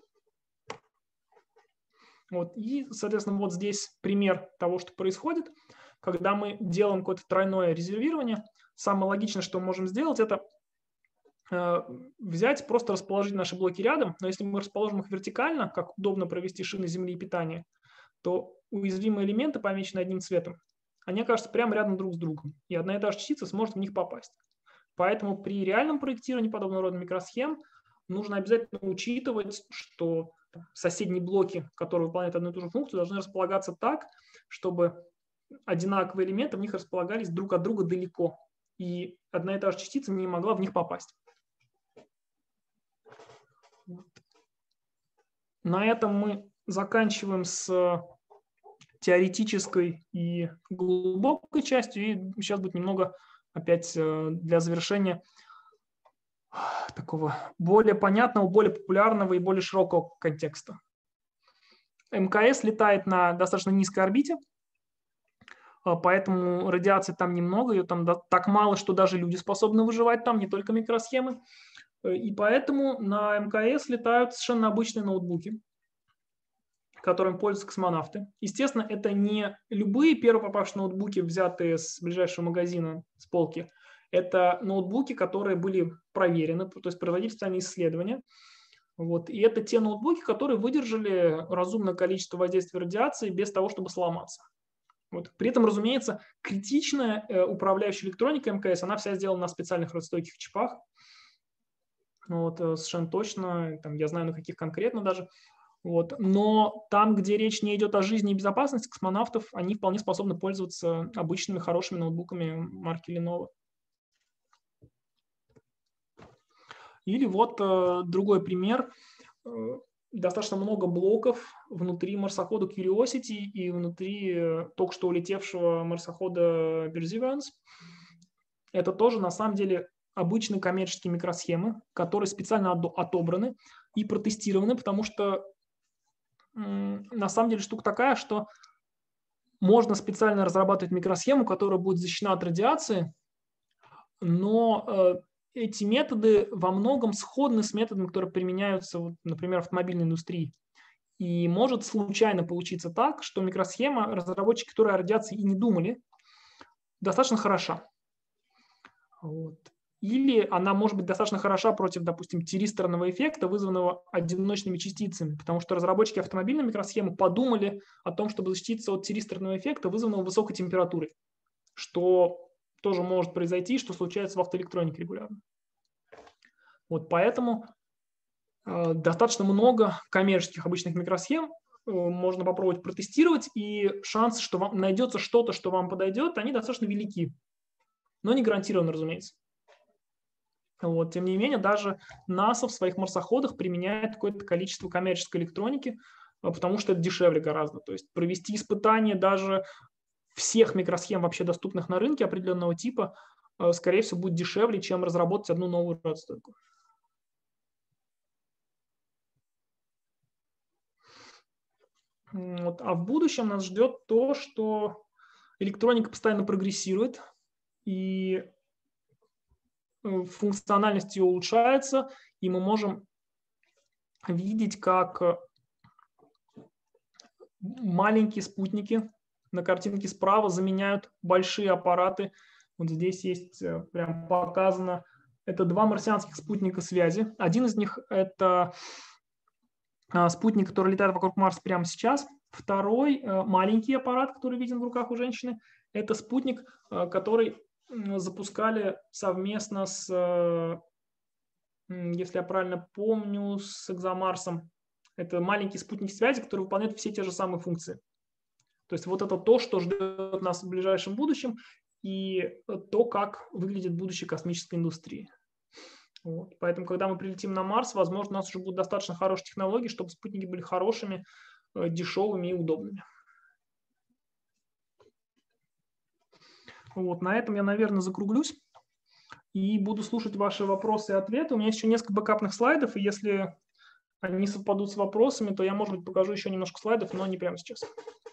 Вот. И, соответственно, вот здесь пример того, что происходит. Когда мы делаем какое-то тройное резервирование, самое логичное, что мы можем сделать, это взять, просто расположить наши блоки рядом, но если мы расположим их вертикально, как удобно провести шины земли и питания, то уязвимые элементы, помеченные одним цветом, они окажутся прямо рядом друг с другом, и одна и та же частица сможет в них попасть. Поэтому при реальном проектировании подобного рода микросхем нужно обязательно учитывать, что соседние блоки, которые выполняют одну и ту же функцию, должны располагаться так, чтобы одинаковые элементы в них располагались друг от друга далеко, и одна и та же частица не могла в них попасть. На этом мы заканчиваем с теоретической и глубокой частью, и сейчас будет немного опять для завершения такого более понятного, более популярного и более широкого контекста. МКС летает на достаточно низкой орбите, поэтому радиации там немного, ее там так мало, что даже люди способны выживать там, не только микросхемы. И поэтому на МКС летают совершенно обычные ноутбуки, которым пользуются космонавты. Естественно, это не любые первые попавшие ноутбуки, взятые с ближайшего магазина, с полки. Это ноутбуки, которые были проверены, то есть проводили специальные исследования. Вот. И это те ноутбуки, которые выдержали разумное количество воздействия радиации без того, чтобы сломаться. Вот. При этом, разумеется, критичная управляющая электроника МКС, она вся сделана на специальных радиостойких чипах. Вот, совершенно точно. Там, я знаю, на каких конкретно даже. Вот. Но там, где речь не идет о жизни и безопасности космонавтов, они вполне способны пользоваться обычными хорошими ноутбуками марки Lenovo. Или вот другой пример. Достаточно много блоков внутри марсохода Curiosity и внутри только что улетевшего марсохода Perseverance. Это тоже на самом деле обычные коммерческие микросхемы, которые специально отобраны и протестированы, потому что на самом деле штука такая, что можно специально разрабатывать микросхему, которая будет защищена от радиации, но эти методы во многом сходны с методами, которые применяются, например, в автомобильной индустрии. И может случайно получиться так, что микросхема, разработчики, которые о радиации и не думали, достаточно хороша. Вот. Или она может быть достаточно хороша против, допустим, тиристорного эффекта, вызванного одиночными частицами, потому что разработчики автомобильной микросхемы подумали о том, чтобы защититься от тиристорного эффекта, вызванного высокой температурой, что тоже может произойти, что случается в автоэлектронике регулярно. Вот поэтому достаточно много коммерческих обычных микросхем можно попробовать протестировать, и шансы, что вам найдется что-то, что вам подойдет, они достаточно велики, но не гарантированно, разумеется. Вот. Тем не менее, даже НАСА в своих марсоходах применяет какое-то количество коммерческой электроники, потому что это дешевле гораздо. То есть провести испытания даже всех микросхем, вообще доступных на рынке определенного типа, скорее всего, будет дешевле, чем разработать одну новую отстойку. Вот. А в будущем нас ждет то, что электроника постоянно прогрессирует, и функциональность ее улучшается, и мы можем видеть, как маленькие спутники на картинке справа заменяют большие аппараты. Вот здесь есть прям показано, это 2 марсианских спутника связи. Один из них – это спутник, который летает вокруг Марса прямо сейчас. Второй маленький аппарат, который виден в руках у женщины, это спутник, который запускали совместно с, если я правильно помню, с Экзомарсом. Это маленький спутник связи, который выполняет все те же самые функции. То есть вот это то, что ждет нас в ближайшем будущем, и то, как выглядит будущее космической индустрии. Вот. Поэтому, когда мы прилетим на Марс, возможно, у нас уже будут достаточно хорошие технологии, чтобы спутники были хорошими, дешевыми и удобными. Вот. На этом я, наверное, закруглюсь и буду слушать ваши вопросы и ответы. У меня есть еще несколько бэкапных слайдов, и если они совпадут с вопросами, то я, может быть, покажу еще немножко слайдов, но не прямо сейчас.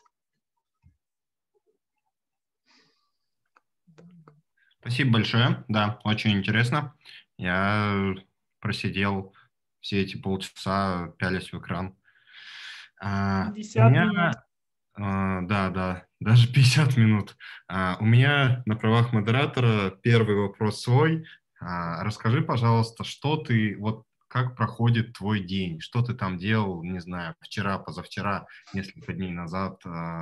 Спасибо большое. Да, очень интересно. Я просидел все эти полчаса, пялясь в экран. 50 минут. Да, даже 50 минут. У меня на правах модератора первый вопрос свой. Расскажи, пожалуйста, как проходит твой день? Что ты там делал, не знаю, вчера, позавчера, несколько дней назад?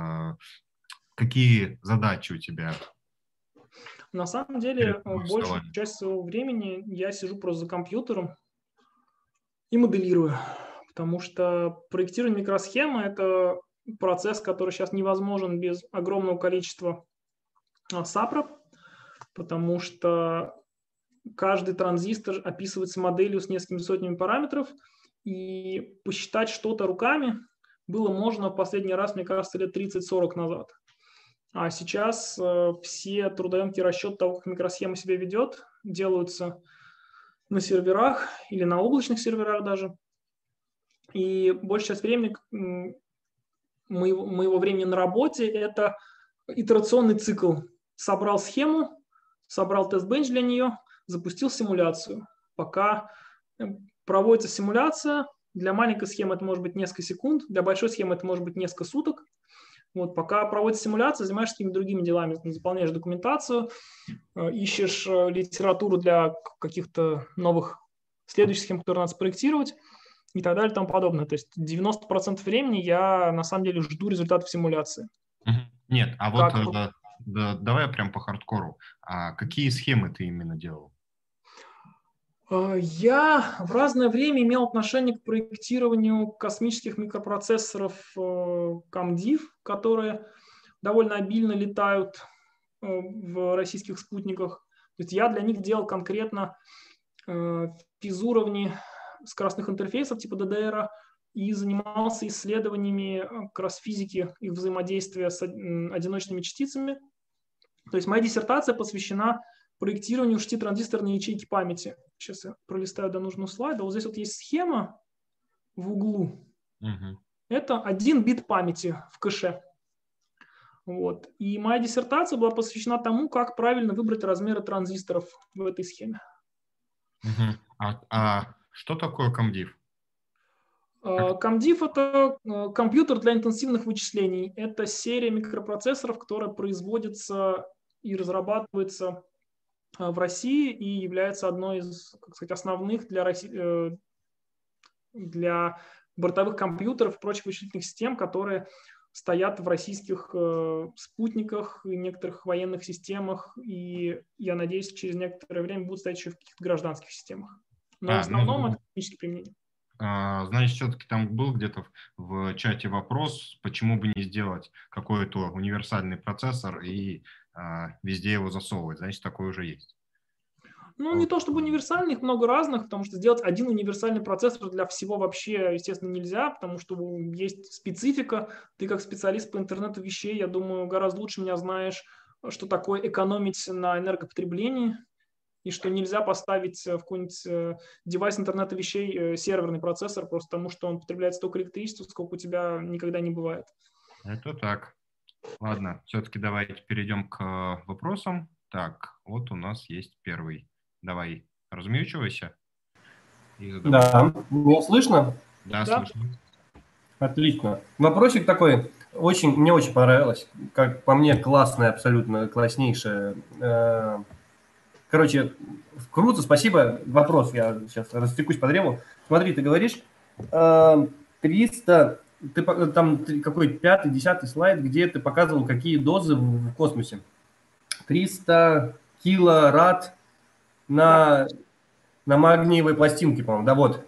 Какие задачи у тебя? На самом деле, большую часть своего времени я сижу просто за компьютером и моделирую, потому что проектирование микросхемы – это процесс, который сейчас невозможен без огромного количества сапров, потому что каждый транзистор описывается моделью с несколькими сотнями параметров, и посчитать что-то руками было можно в последний раз, мне кажется, лет 30-40 назад. А сейчас все трудоемкие расчеты того, как микросхема себя ведет, делаются на серверах или на облачных серверах даже. И большая часть времени, моего времени на работе, это итерационный цикл. Собрал схему, собрал тест-бенч для нее, запустил симуляцию. Пока проводится симуляция, для маленькой схемы это может быть несколько секунд, для большой схемы это может быть несколько суток. Вот, пока проводится симуляция, занимаешься какими-то другими делами, заполняешь документацию, ищешь литературу для каких-то новых следующих схем, которые надо спроектировать и так далее и тому подобное. То есть 90% времени я на самом деле жду результатов симуляции. Нет, вот, давай прям по хардкору. А какие схемы ты именно делал? Я в разное время имел отношение к проектированию космических микропроцессоров COMDIV, которые довольно обильно летают в российских спутниках. То есть я для них делал конкретно физуровни скоростных интерфейсов типа DDR и занимался исследованиями как раз физики их взаимодействия с одиночными частицами. То есть моя диссертация посвящена проектированию 6-транзисторной ячейки памяти. Сейчас я пролистаю до нужного слайда. Вот здесь вот есть схема в углу. Это 1 бит памяти в кэше. Вот. И моя диссертация была посвящена тому, как правильно выбрать размеры транзисторов в этой схеме. А что такое COMDIV? COMDIV – это компьютер для интенсивных вычислений. Это серия микропроцессоров, которая производится и разрабатывается в России и является одной из, как сказать, основных для бортовых компьютеров и прочих вычислительных систем, которые стоят в российских спутниках и некоторых военных системах, и, я надеюсь, через некоторое время будут стоять еще в каких-то гражданских системах. Но в основном это технические применения. Значит, все-таки там был где-то в чате вопрос, почему бы не сделать какой-то универсальный процессор и везде его засовывать. Значит, такой уже есть. Ну, не то чтобы универсальный, их много разных, потому что сделать один универсальный процессор для всего вообще, естественно, нельзя, потому что есть специфика. Ты как специалист по интернету вещей, я думаю, гораздо лучше меня знаешь, что такое экономить на энергопотреблении, и что нельзя поставить в какой-нибудь девайс интернета вещей серверный процессор, просто потому что он потребляет столько электричества, сколько у тебя никогда не бывает. Это так. Ладно, все-таки давайте перейдем к вопросам. Так, вот у нас есть первый. Давай, размьючивайся. Да, меня слышно? Да, слышно. Отлично. Вопросик такой, мне очень понравилось. Как по мне, классная, абсолютно класснейшая. Короче, круто, спасибо. Вопрос, я сейчас растекусь по древу. Смотри, ты говоришь, 300, там какой 5-й, 10-й слайд, где ты показывал, какие дозы в космосе. 300 килорад на магниевой пластинке, по-моему, да, вот.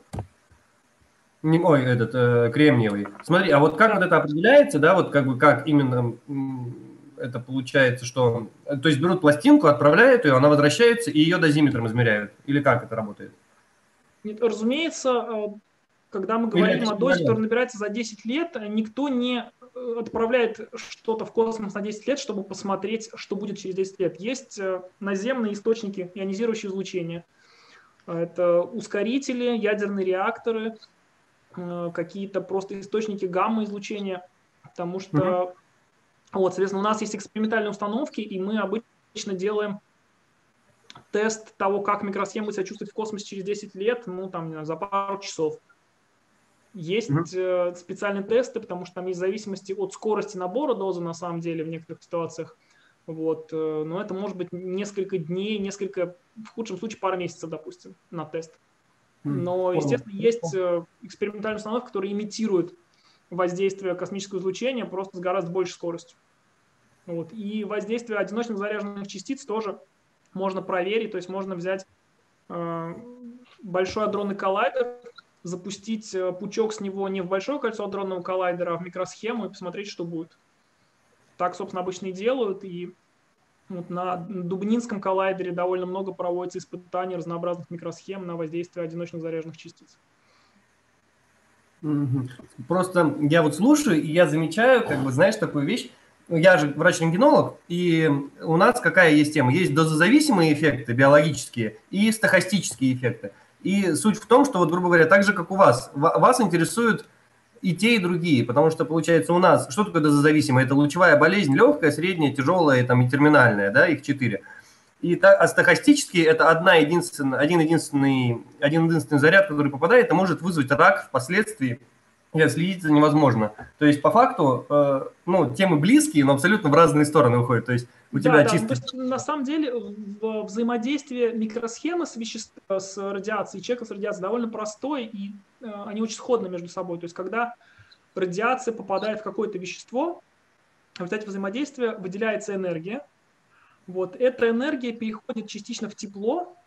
Кремниевый. Смотри, а вот как вот это определяется, да, вот как именно это получается, что... То есть берут пластинку, отправляют ее, она возвращается, и ее дозиметром измеряют? Или как это работает? Нет, разумеется, когда мы говорим о дозе, которая набирается за 10 лет, никто не отправляет что-то в космос на 10 лет, чтобы посмотреть, что будет через 10 лет. Есть наземные источники ионизирующего излучения. Это ускорители, ядерные реакторы, какие-то просто источники гамма-излучения, потому что, соответственно, у нас есть экспериментальные установки, и мы обычно делаем тест того, как микросхема будет себя чувствовать в космосе через 10 лет, за пару часов. Есть специальные тесты, потому что там есть зависимости от скорости набора дозы, на самом деле, в некоторых ситуациях. Но это может быть несколько дней, в худшем случае, пару месяцев, допустим, на тест. Но, естественно, есть экспериментальные установки, которые имитируют воздействие космического излучения просто с гораздо большей скоростью. И воздействие одиночных заряженных частиц тоже можно проверить. То есть можно взять большой адронный коллайдер, запустить пучок с него не в большое кольцо адронного коллайдера, а в микросхему и посмотреть, что будет. Так, собственно, обычно и делают. И на Дубнинском коллайдере довольно много проводится испытаний разнообразных микросхем на воздействие одиночных заряженных частиц. Просто я вот слушаю, и я замечаю, знаешь, такую вещь. Я же врач-рентгенолог, и у нас какая есть тема? Есть дозозависимые эффекты биологические и стохастические эффекты. И суть в том, что, грубо говоря, так же, как у вас, вас интересуют и те, и другие, потому что, получается, у нас, что такое дозозависимое? Это лучевая болезнь, легкая, средняя, тяжелая и терминальная, да, их 4. А стохастические – это один единственный заряд, который попадает, и может вызвать рак впоследствии, и следить за невозможно. То есть, по факту, темы близкие, но абсолютно в разные стороны уходят. То есть, у тебя чисто... На самом деле, взаимодействие микросхемы с радиацией, чеков с радиацией довольно простое, и они очень сходны между собой. То есть, когда радиация попадает в какое-то вещество, в результате взаимодействия выделяется энергия. Эта энергия переходит частично в тепло,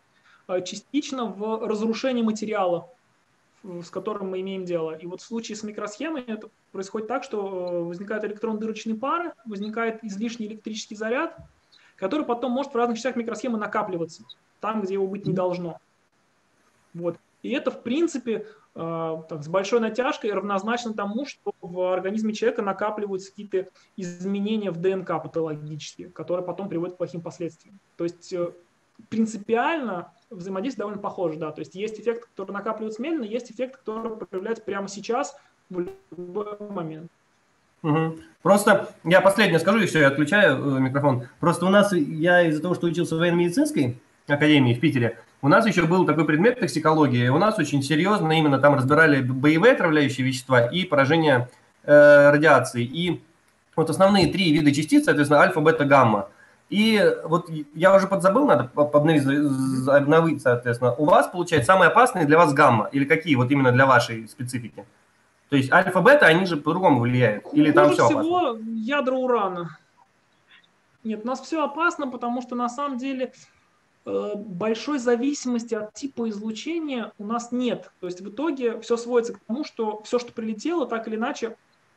частично в разрушении материала, с которым мы имеем дело. И вот в случае с микросхемой это происходит так, что возникают электрон-дырочные пары, возникает излишний электрический заряд, который потом может в разных частях микросхемы накапливаться, там, где его быть не должно. Вот. И это, в принципе, так, с большой натяжкой равнозначно тому, что в организме человека накапливаются какие-то изменения в ДНК патологические, которые потом приводят к плохим последствиям. То есть принципиально взаимодействие довольно похоже, да. То есть есть эффект, который накапливается медленно, есть эффект, который проявляется прямо сейчас, в любой момент. Угу. Просто я последнее скажу, и все, я отключаю микрофон. Просто у нас, я из-за того, что учился в военно-медицинской академии в Питере, у нас еще был такой предмет токсикология, и у нас очень серьезно именно там разбирали боевые отравляющие вещества и поражение радиации. И вот основные 3 вида частиц, соответственно, альфа, бета, гамма. И вот я уже подзабыл, надо обновить, соответственно. У вас, получается, самые опасные для вас гамма? Или какие вот именно для вашей специфики? То есть альфа-бета, они же по-другому влияют? Или там все опасно? Хуже всего ядра урана. Нет, у нас все опасно, потому что на самом деле большой зависимости от типа излучения у нас нет. То есть в итоге все сводится к тому, что все, что прилетело, так или иначе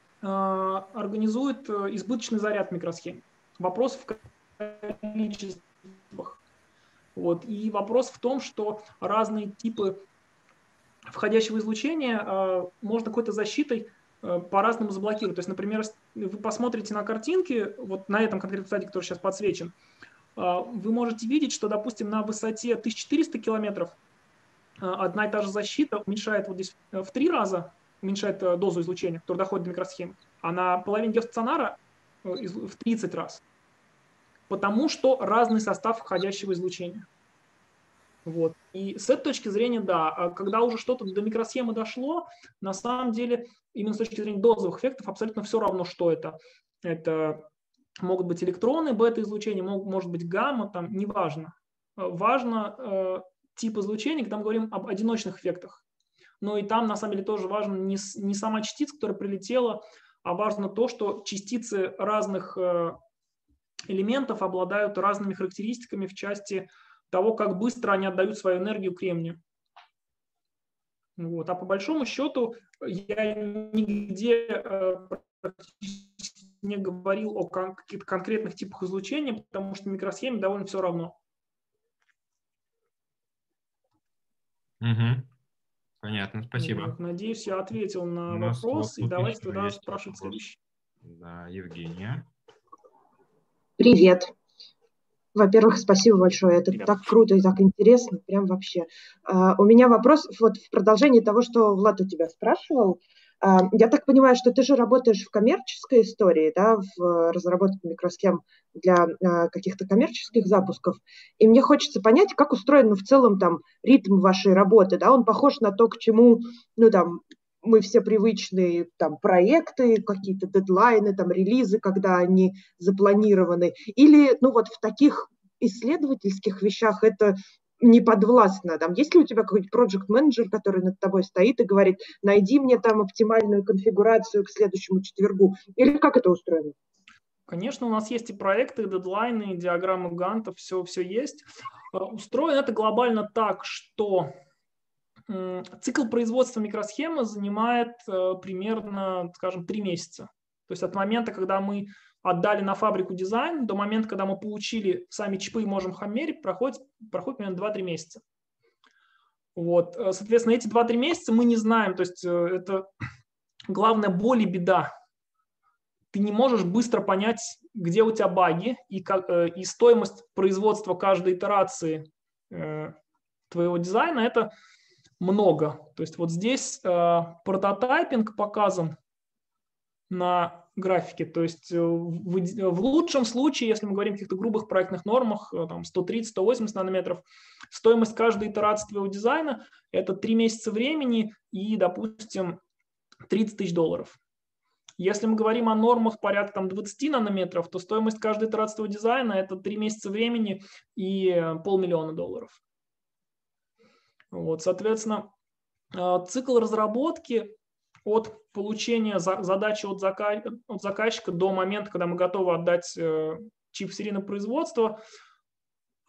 организует избыточный заряд в микросхеме. Вопрос в количествах. Вот. И вопрос в том, что разные типы входящего излучения можно какой-то защитой по-разному заблокировать. То есть, например, вы посмотрите на картинки, вот на этом конкретном слайде, который сейчас подсвечен, вы можете видеть, что, допустим, на высоте 1400 километров одна и та же защита уменьшает вот здесь в 3 раза, уменьшает дозу излучения, которая доходит до микросхемы, а на половине геостационара в 30 раз. Потому что разный состав входящего излучения. Вот. И с этой точки зрения, да, когда уже что-то до микросхемы дошло, на самом деле, именно с точки зрения дозовых эффектов, абсолютно все равно, что это. Это могут быть электроны, бета-излучения, может быть гамма, там, неважно. Важно тип излучения, когда мы говорим об одиночных эффектах. Но и там, на самом деле, тоже важно не сама частица, которая прилетела, а важно то, что частицы разных элементов обладают разными характеристиками в части того, как быстро они отдают свою энергию кремнию. Вот. А по большому счету я нигде практически не говорил о каких-то конкретных типах излучения, потому что в микросхеме довольно все равно. Угу. Понятно, спасибо. Вот. Надеюсь, я ответил на вопрос, и давайте тогда спрашивать следующий. Да, Евгения. Привет. Во-первых, спасибо большое. Это так круто и так интересно. Прям вообще. У меня вопрос вот в продолжении того, что Влад у тебя спрашивал. Я так понимаю, что ты же работаешь в коммерческой истории, да, в разработке микросхем для каких-то коммерческих запусков. И мне хочется понять, как устроен в целом там ритм вашей работы. Да? Он похож на то, к чему, ну, там, мы все привычные там проекты, какие-то дедлайны, там релизы, когда они запланированы. Или, ну, вот в таких исследовательских вещах это не подвластно. Там, есть ли у тебя какой-то проект-менеджер, который над тобой стоит и говорит, найди мне там оптимальную конфигурацию к следующему четвергу? Или как это устроено? Конечно, у нас есть и проекты, и дедлайны, и диаграммы Ганта, все есть. Устроено это глобально так, что цикл производства микросхемы занимает примерно, скажем, 3 месяца. То есть от момента, когда мы отдали на фабрику дизайн, до момента, когда мы получили сами чипы и можем их мерить, проходит примерно 2-3 месяца. Вот. Соответственно, эти 2-3 месяца мы не знаем. То есть это главная боль и беда. Ты не можешь быстро понять, где у тебя баги, и стоимость производства каждой итерации твоего дизайна – это много. То есть вот здесь прототайпинг показан на графике. То есть в лучшем случае, если мы говорим о каких-то грубых проектных нормах, там 130-180 нанометров, стоимость каждой итерации твоего дизайна – это 3 месяца времени и, допустим, $30 000. Если мы говорим о нормах порядка там, 20 нанометров, то стоимость каждой итерации твоего дизайна – это 3 месяца времени и $500 000. Вот, соответственно, цикл разработки от получения задачи от заказчика до момента, когда мы готовы отдать чип в серийное производство,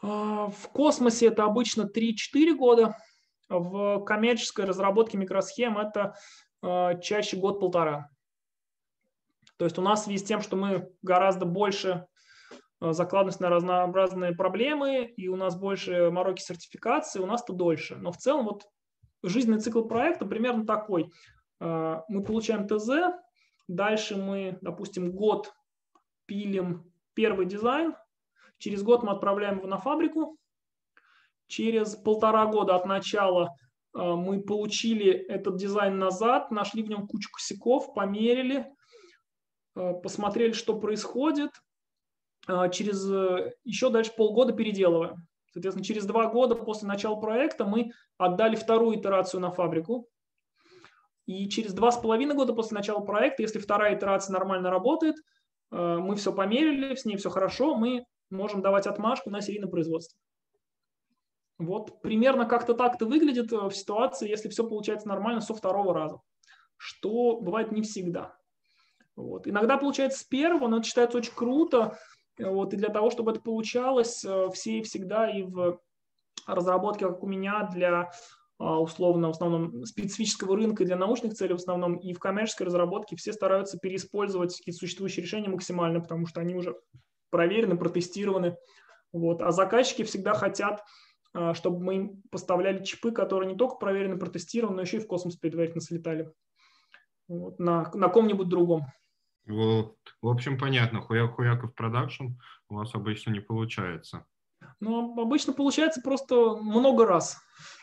В космосе это обычно 3-4 года, в коммерческой разработке микросхем это чаще год-полтора. То есть у нас в связи с тем, что мы гораздо больше закладывааемся на разнообразные проблемы, и у нас больше мороки сертификации, у нас-то дольше. Но в целом вот жизненный цикл проекта примерно такой. Мы получаем ТЗ, дальше мы, допустим, год пилим первый дизайн, через год мы отправляем его на фабрику, через 1,5 года от начала мы получили этот дизайн назад, нашли в нем кучу косяков, померили, посмотрели, что происходит, через еще дальше полгода переделываем. Соответственно, через 2 года после начала проекта мы отдали вторую итерацию на фабрику. И через 2,5 года после начала проекта, если вторая итерация нормально работает, мы все померили, с ней все хорошо, мы можем давать отмашку на серийное производство. Вот примерно как-то так-то выглядит в ситуации, если все получается нормально со 2-го раза, что бывает не всегда. Вот. Иногда получается с 1-го, но это считается очень круто. Вот. И для того, чтобы это получалось, все и всегда и в разработке, как у меня, для условно, в основном, специфического рынка, для научных целей в основном, и в коммерческой разработке все стараются переиспользовать какие-то существующие решения максимально, потому что они уже проверены, протестированы. Вот. А заказчики всегда хотят, чтобы мы им поставляли чипы, которые не только проверены, протестированы, но еще и в космос предварительно слетали. Вот. На ком-нибудь другом. Вот. В общем, понятно. Хуяк в продакшн у вас обычно не получается. Ну, обычно получается просто много раз.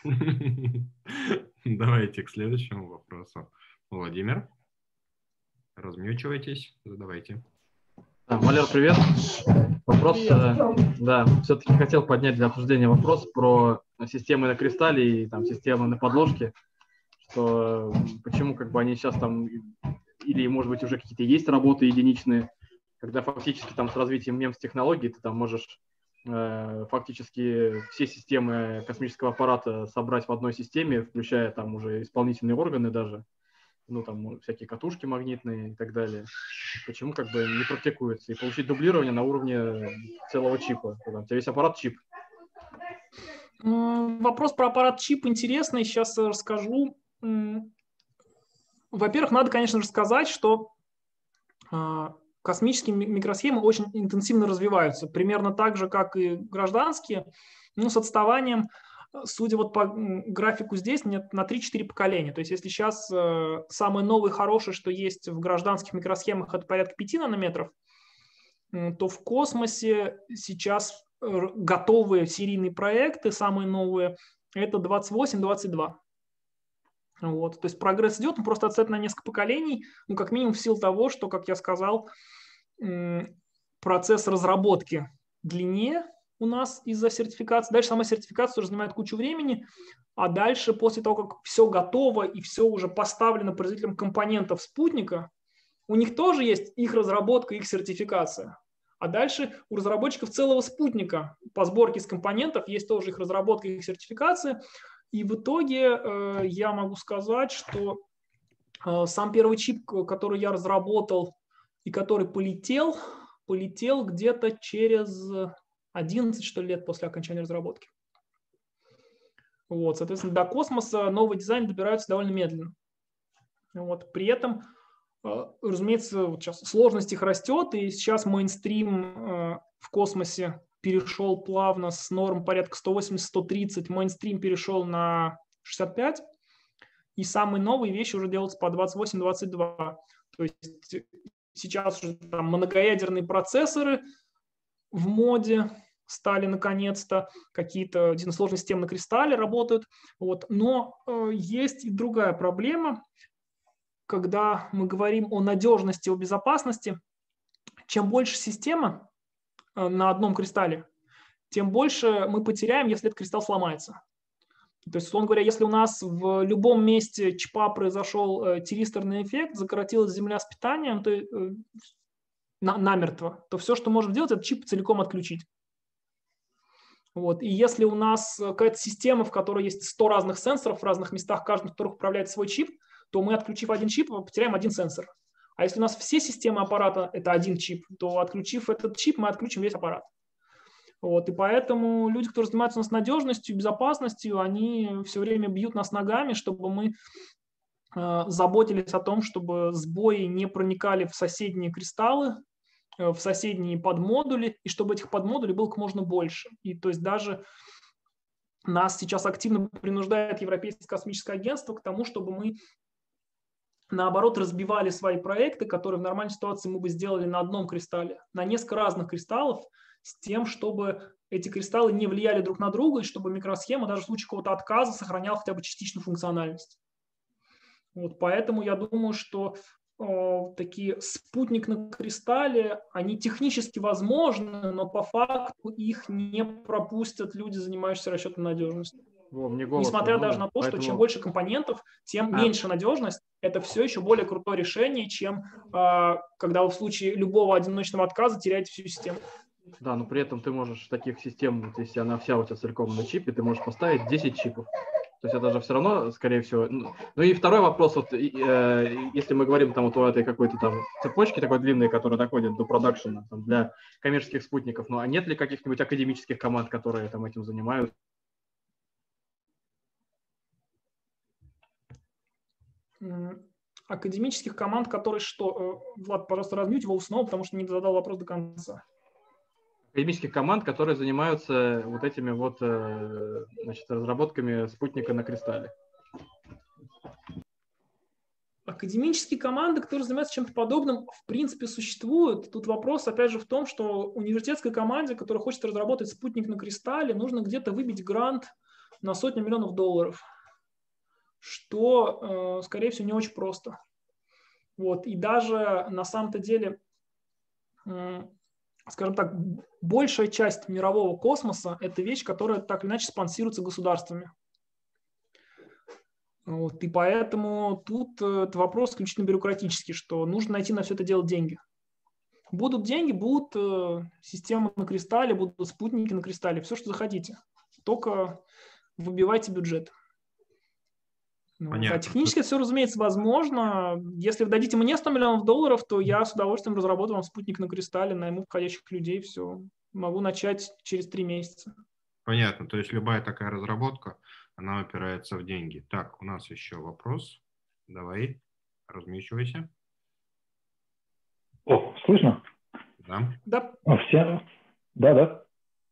Давайте к следующему вопросу. Владимир, размьючивайтесь, задавайте. Валер, привет. Вопрос, да, все-таки хотел поднять для обсуждения вопрос про системы на кристалле и там системы на подложке, что почему как бы они сейчас там, или может быть уже какие-то есть работы единичные, когда фактически там с развитием MEMS-технологий ты там можешь фактически все системы космического аппарата собрать в одной системе, включая там уже исполнительные органы даже, ну там всякие катушки магнитные и так далее. Почему как бы не практикуется? И получить дублирование на уровне целого чипа. Там, у тебя весь аппарат чип. Вопрос про аппарат чип интересный, сейчас расскажу. Во-первых, надо, конечно же, сказать, что космические микросхемы очень интенсивно развиваются, примерно так же, как и гражданские, но с отставанием, судя вот по графику здесь, нет, на 3-4 поколения. То есть если сейчас самое новое хорошее, что есть в гражданских микросхемах, это порядка 5 нанометров, то в космосе сейчас готовые серийные проекты, самые новые, это 28-22. Вот. То есть прогресс идет, он просто отстоит на несколько поколений, ну, как минимум в силу того, что, как я сказал, процесс разработки длиннее у нас из-за сертификации. Дальше сама сертификация уже занимает кучу времени, а дальше, после того, как все готово и все уже поставлено производителям компонентов спутника, у них тоже есть их разработка, их сертификация. А дальше у разработчиков целого спутника по сборке из компонентов есть тоже их разработка, их сертификация. И в итоге я могу сказать, что сам первый чип, который я разработал и который полетел где-то через 11, что ли, лет после окончания разработки. Вот, соответственно, до космоса новый дизайн добираются довольно медленно. Вот, при этом, разумеется, вот сейчас сложность их растет, и сейчас мейнстрим в космосе перешел плавно с норм порядка 180-130, мейнстрим перешел на 65, и самые новые вещи уже делаются по 28-22. То есть сейчас уже там многоядерные процессоры в моде стали наконец-то, какие-то сложные системы на кристалле работают. Вот. Но есть и другая проблема, когда мы говорим о надежности, о безопасности. Чем больше система на одном кристалле, тем больше мы потеряем, если этот кристалл сломается. То есть, условно говоря, если у нас в любом месте чипа произошел тиристорный эффект, закоротилась земля с питанием, то намертво, то все, что можно делать, это чип целиком отключить. Вот. И если у нас какая-то система, в которой есть 100 разных сенсоров в разных местах, каждый из которых управляет свой чип, то мы, отключив один чип, потеряем один сенсор. А если у нас все системы аппарата – это один чип, то, отключив этот чип, мы отключим весь аппарат. Вот, и поэтому люди, которые занимаются у нас надежностью, безопасностью, они все время бьют нас ногами, чтобы мы заботились о том, чтобы сбои не проникали в соседние кристаллы, в соседние подмодули, и чтобы этих подмодулей было как можно больше. И то есть даже нас сейчас активно принуждает Европейское космическое агентство к тому, чтобы мы, наоборот, разбивали свои проекты, которые в нормальной ситуации мы бы сделали на одном кристалле, на несколько разных кристаллов, с тем, чтобы эти кристаллы не влияли друг на друга, и чтобы микросхема даже в случае какого-то отказа сохраняла хотя бы частичную функциональность. Вот поэтому я думаю, что такие спутник на кристалле, они технически возможны, но по факту их не пропустят люди, занимающиеся расчетом надежности. Несмотря даже на то, что чем больше компонентов, тем меньше надежность. Это все еще более крутое решение, чем когда вы в случае любого одиночного отказа теряете всю систему. Да, но при этом ты можешь таких систем, вот если она вся у тебя целиком на чипе, ты можешь поставить 10 чипов. То есть это же все равно, скорее всего. Ну и второй вопрос, вот, если мы говорим там вот о этой какой-то там цепочке такой длинной, которая доходит до продакшена там, для коммерческих спутников, ну а нет ли каких-нибудь академических команд, которые там этим занимаются? Академических команд, которые что? Влад, пожалуйста, размьють его снова, потому что не задал вопрос до конца. Академических команд, которые занимаются вот этими вот, значит, разработками спутника на кристалле. Академические команды, которые занимаются чем-то подобным, в принципе, существуют. Тут вопрос, опять же, в том, что университетской команде, которая хочет разработать спутник на кристалле, нужно где-то выбить грант на сотни миллионов долларов, что, скорее всего, не очень просто. Вот. И даже на самом-то деле, скажем так, большая часть мирового космоса – это вещь, которая так или иначе спонсируется государствами. Вот, и поэтому тут это вопрос исключительно бюрократический, что нужно найти на все это дело деньги. Будут деньги, будут системы на кристалле, будут спутники на кристалле, все, что захотите. Только выбивайте бюджет. А технически все, разумеется, возможно. Если вы дадите мне 100 миллионов долларов, то я с удовольствием разработаю вам спутник на кристалле, найму подходящих людей, все. Могу начать через 3 месяца. Понятно. То есть любая такая разработка, она опирается в деньги. Так, у нас еще вопрос. Давай, размечивайся. О, слышно? Да. Да. Да.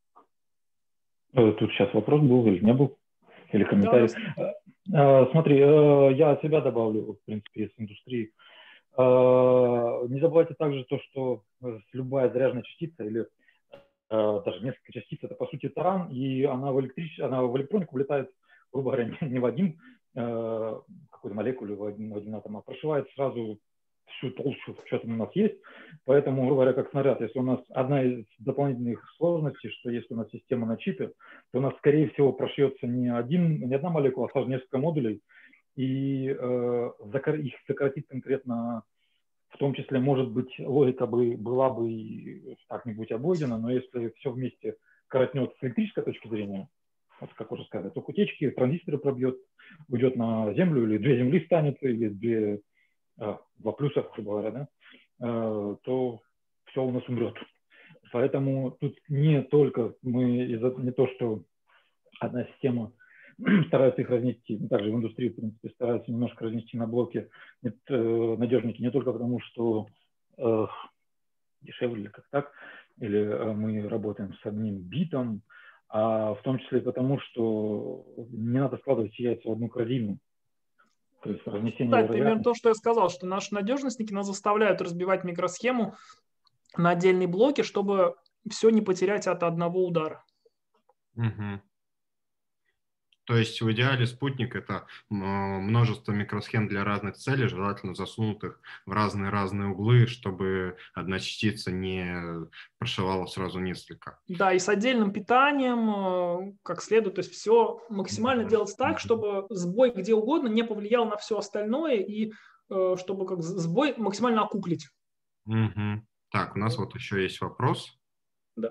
Тут сейчас вопрос был или не был? Или комментарий? Да. Смотри, я от себя добавлю, в принципе, из индустрии. Не забывайте также то, что любая заряженная частица или даже несколько частиц, это по сути таран, и она в электронику влетает, грубо говоря, не в один какую-то молекулу, в один атом, а прошивает сразу всю толщу, что там у нас есть. Поэтому, грубо говоря, как снаряд, если у нас одна из дополнительных сложностей, что если у нас система на чипе, то у нас, скорее всего, прошьется не одна молекула, а сразу несколько модулей, и их сократит конкретно. В том числе, может быть, логика была бы как-нибудь обойдена, но если все вместе коротнет с электрической точки зрения, вот как уже сказать, то утечки, транзисторы пробьет, уйдет на Землю, или 2 Земли станет, или 2 плюса, грубо говоря, да, то все у нас умрет. Поэтому тут не только не то, что одна система стараются их разнести, также в индустрии, в принципе, стараются немножко разнести на блоки надежники, не только потому, что дешевле или как так, или мы работаем с одним битом, а в том числе и потому, что не надо складывать все яйца в одну корзину. То есть разнесение да, это именно то, что я сказал, что наши надежностники нас заставляют разбивать микросхему на отдельные блоки, чтобы все не потерять от одного удара. Угу. То есть в идеале спутник – это множество микросхем для разных целей, желательно засунутых в разные углы, чтобы одна частица не прошивала сразу несколько. Да, и с отдельным питанием, как следует, то есть все максимально делать так, чтобы сбой где угодно не повлиял на все остальное, и чтобы как сбой максимально окуклить. Угу. Так, у нас вот еще есть вопрос. Да.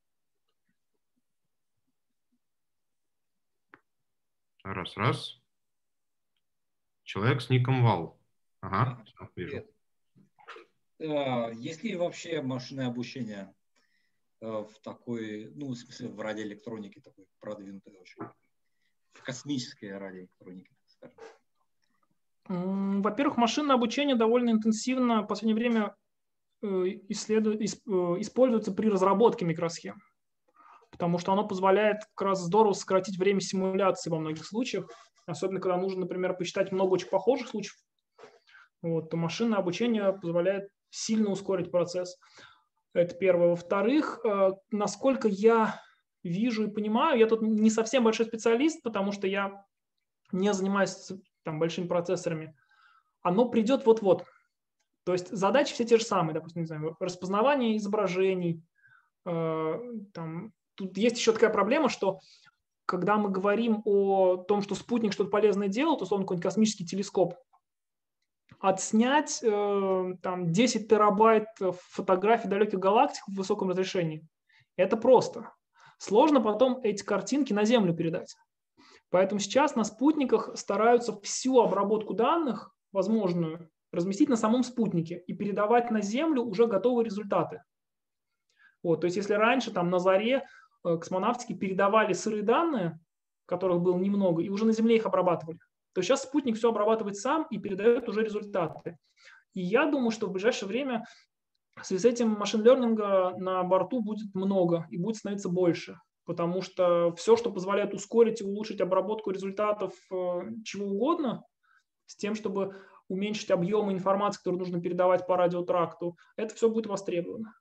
Раз. Человек с ником Вал. Ага, вижу. Есть ли вообще машинное обучение в такой, ну, в смысле, в радиоэлектронике такой продвинутой очень, в космической радиоэлектронике, так скажем? Во-первых, машинное обучение довольно интенсивно в последнее время используется при разработке микросхем, потому что оно позволяет как раз здорово сократить время симуляции во многих случаях, особенно когда нужно, например, посчитать много очень похожих случаев. Вот, то машинное обучение позволяет сильно ускорить процесс. Это первое. Во-вторых, насколько я вижу и понимаю, я тут не совсем большой специалист, потому что я не занимаюсь там большими процессорами. Оно придет вот-вот. То есть задачи все те же самые, допустим, не знаю, распознавание изображений. Там, тут есть еще такая проблема, что когда мы говорим о том, что спутник что-то полезное делает, условно, какой-нибудь космический телескоп, отснять там 10 терабайт фотографий далеких галактик в высоком разрешении. Это просто. Сложно потом эти картинки на Землю передать. Поэтому сейчас на спутниках стараются всю обработку данных, возможную, разместить на самом спутнике и передавать на Землю уже готовые результаты. Вот, то есть если раньше там, на Заре космонавтики передавали сырые данные, которых было немного, и уже на Земле их обрабатывали, то сейчас спутник все обрабатывает сам и передает уже результаты. И я думаю, что в ближайшее время в связи с этим машин-лернинга на борту будет много и будет становиться больше, потому что все, что позволяет ускорить и улучшить обработку результатов чего угодно, с тем, чтобы уменьшить объемы информации, которую нужно передавать по радиотракту, это все будет востребовано.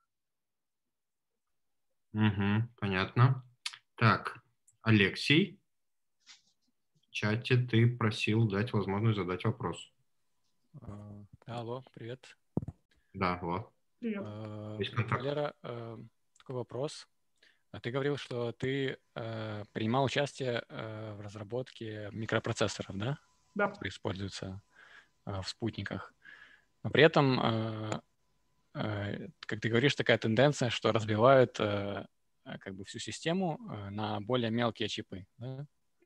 Понятно. Так, Алексей, в чате ты просил дать возможность задать вопрос. Алло, привет. Да, вот. Привет. Валера, такой вопрос. Ты говорил, что ты принимал участие в разработке микропроцессоров, да? Да. Которые используются в спутниках. Но при этом, как ты говоришь, такая тенденция, что разбивают как бы всю систему на более мелкие чипы. Да?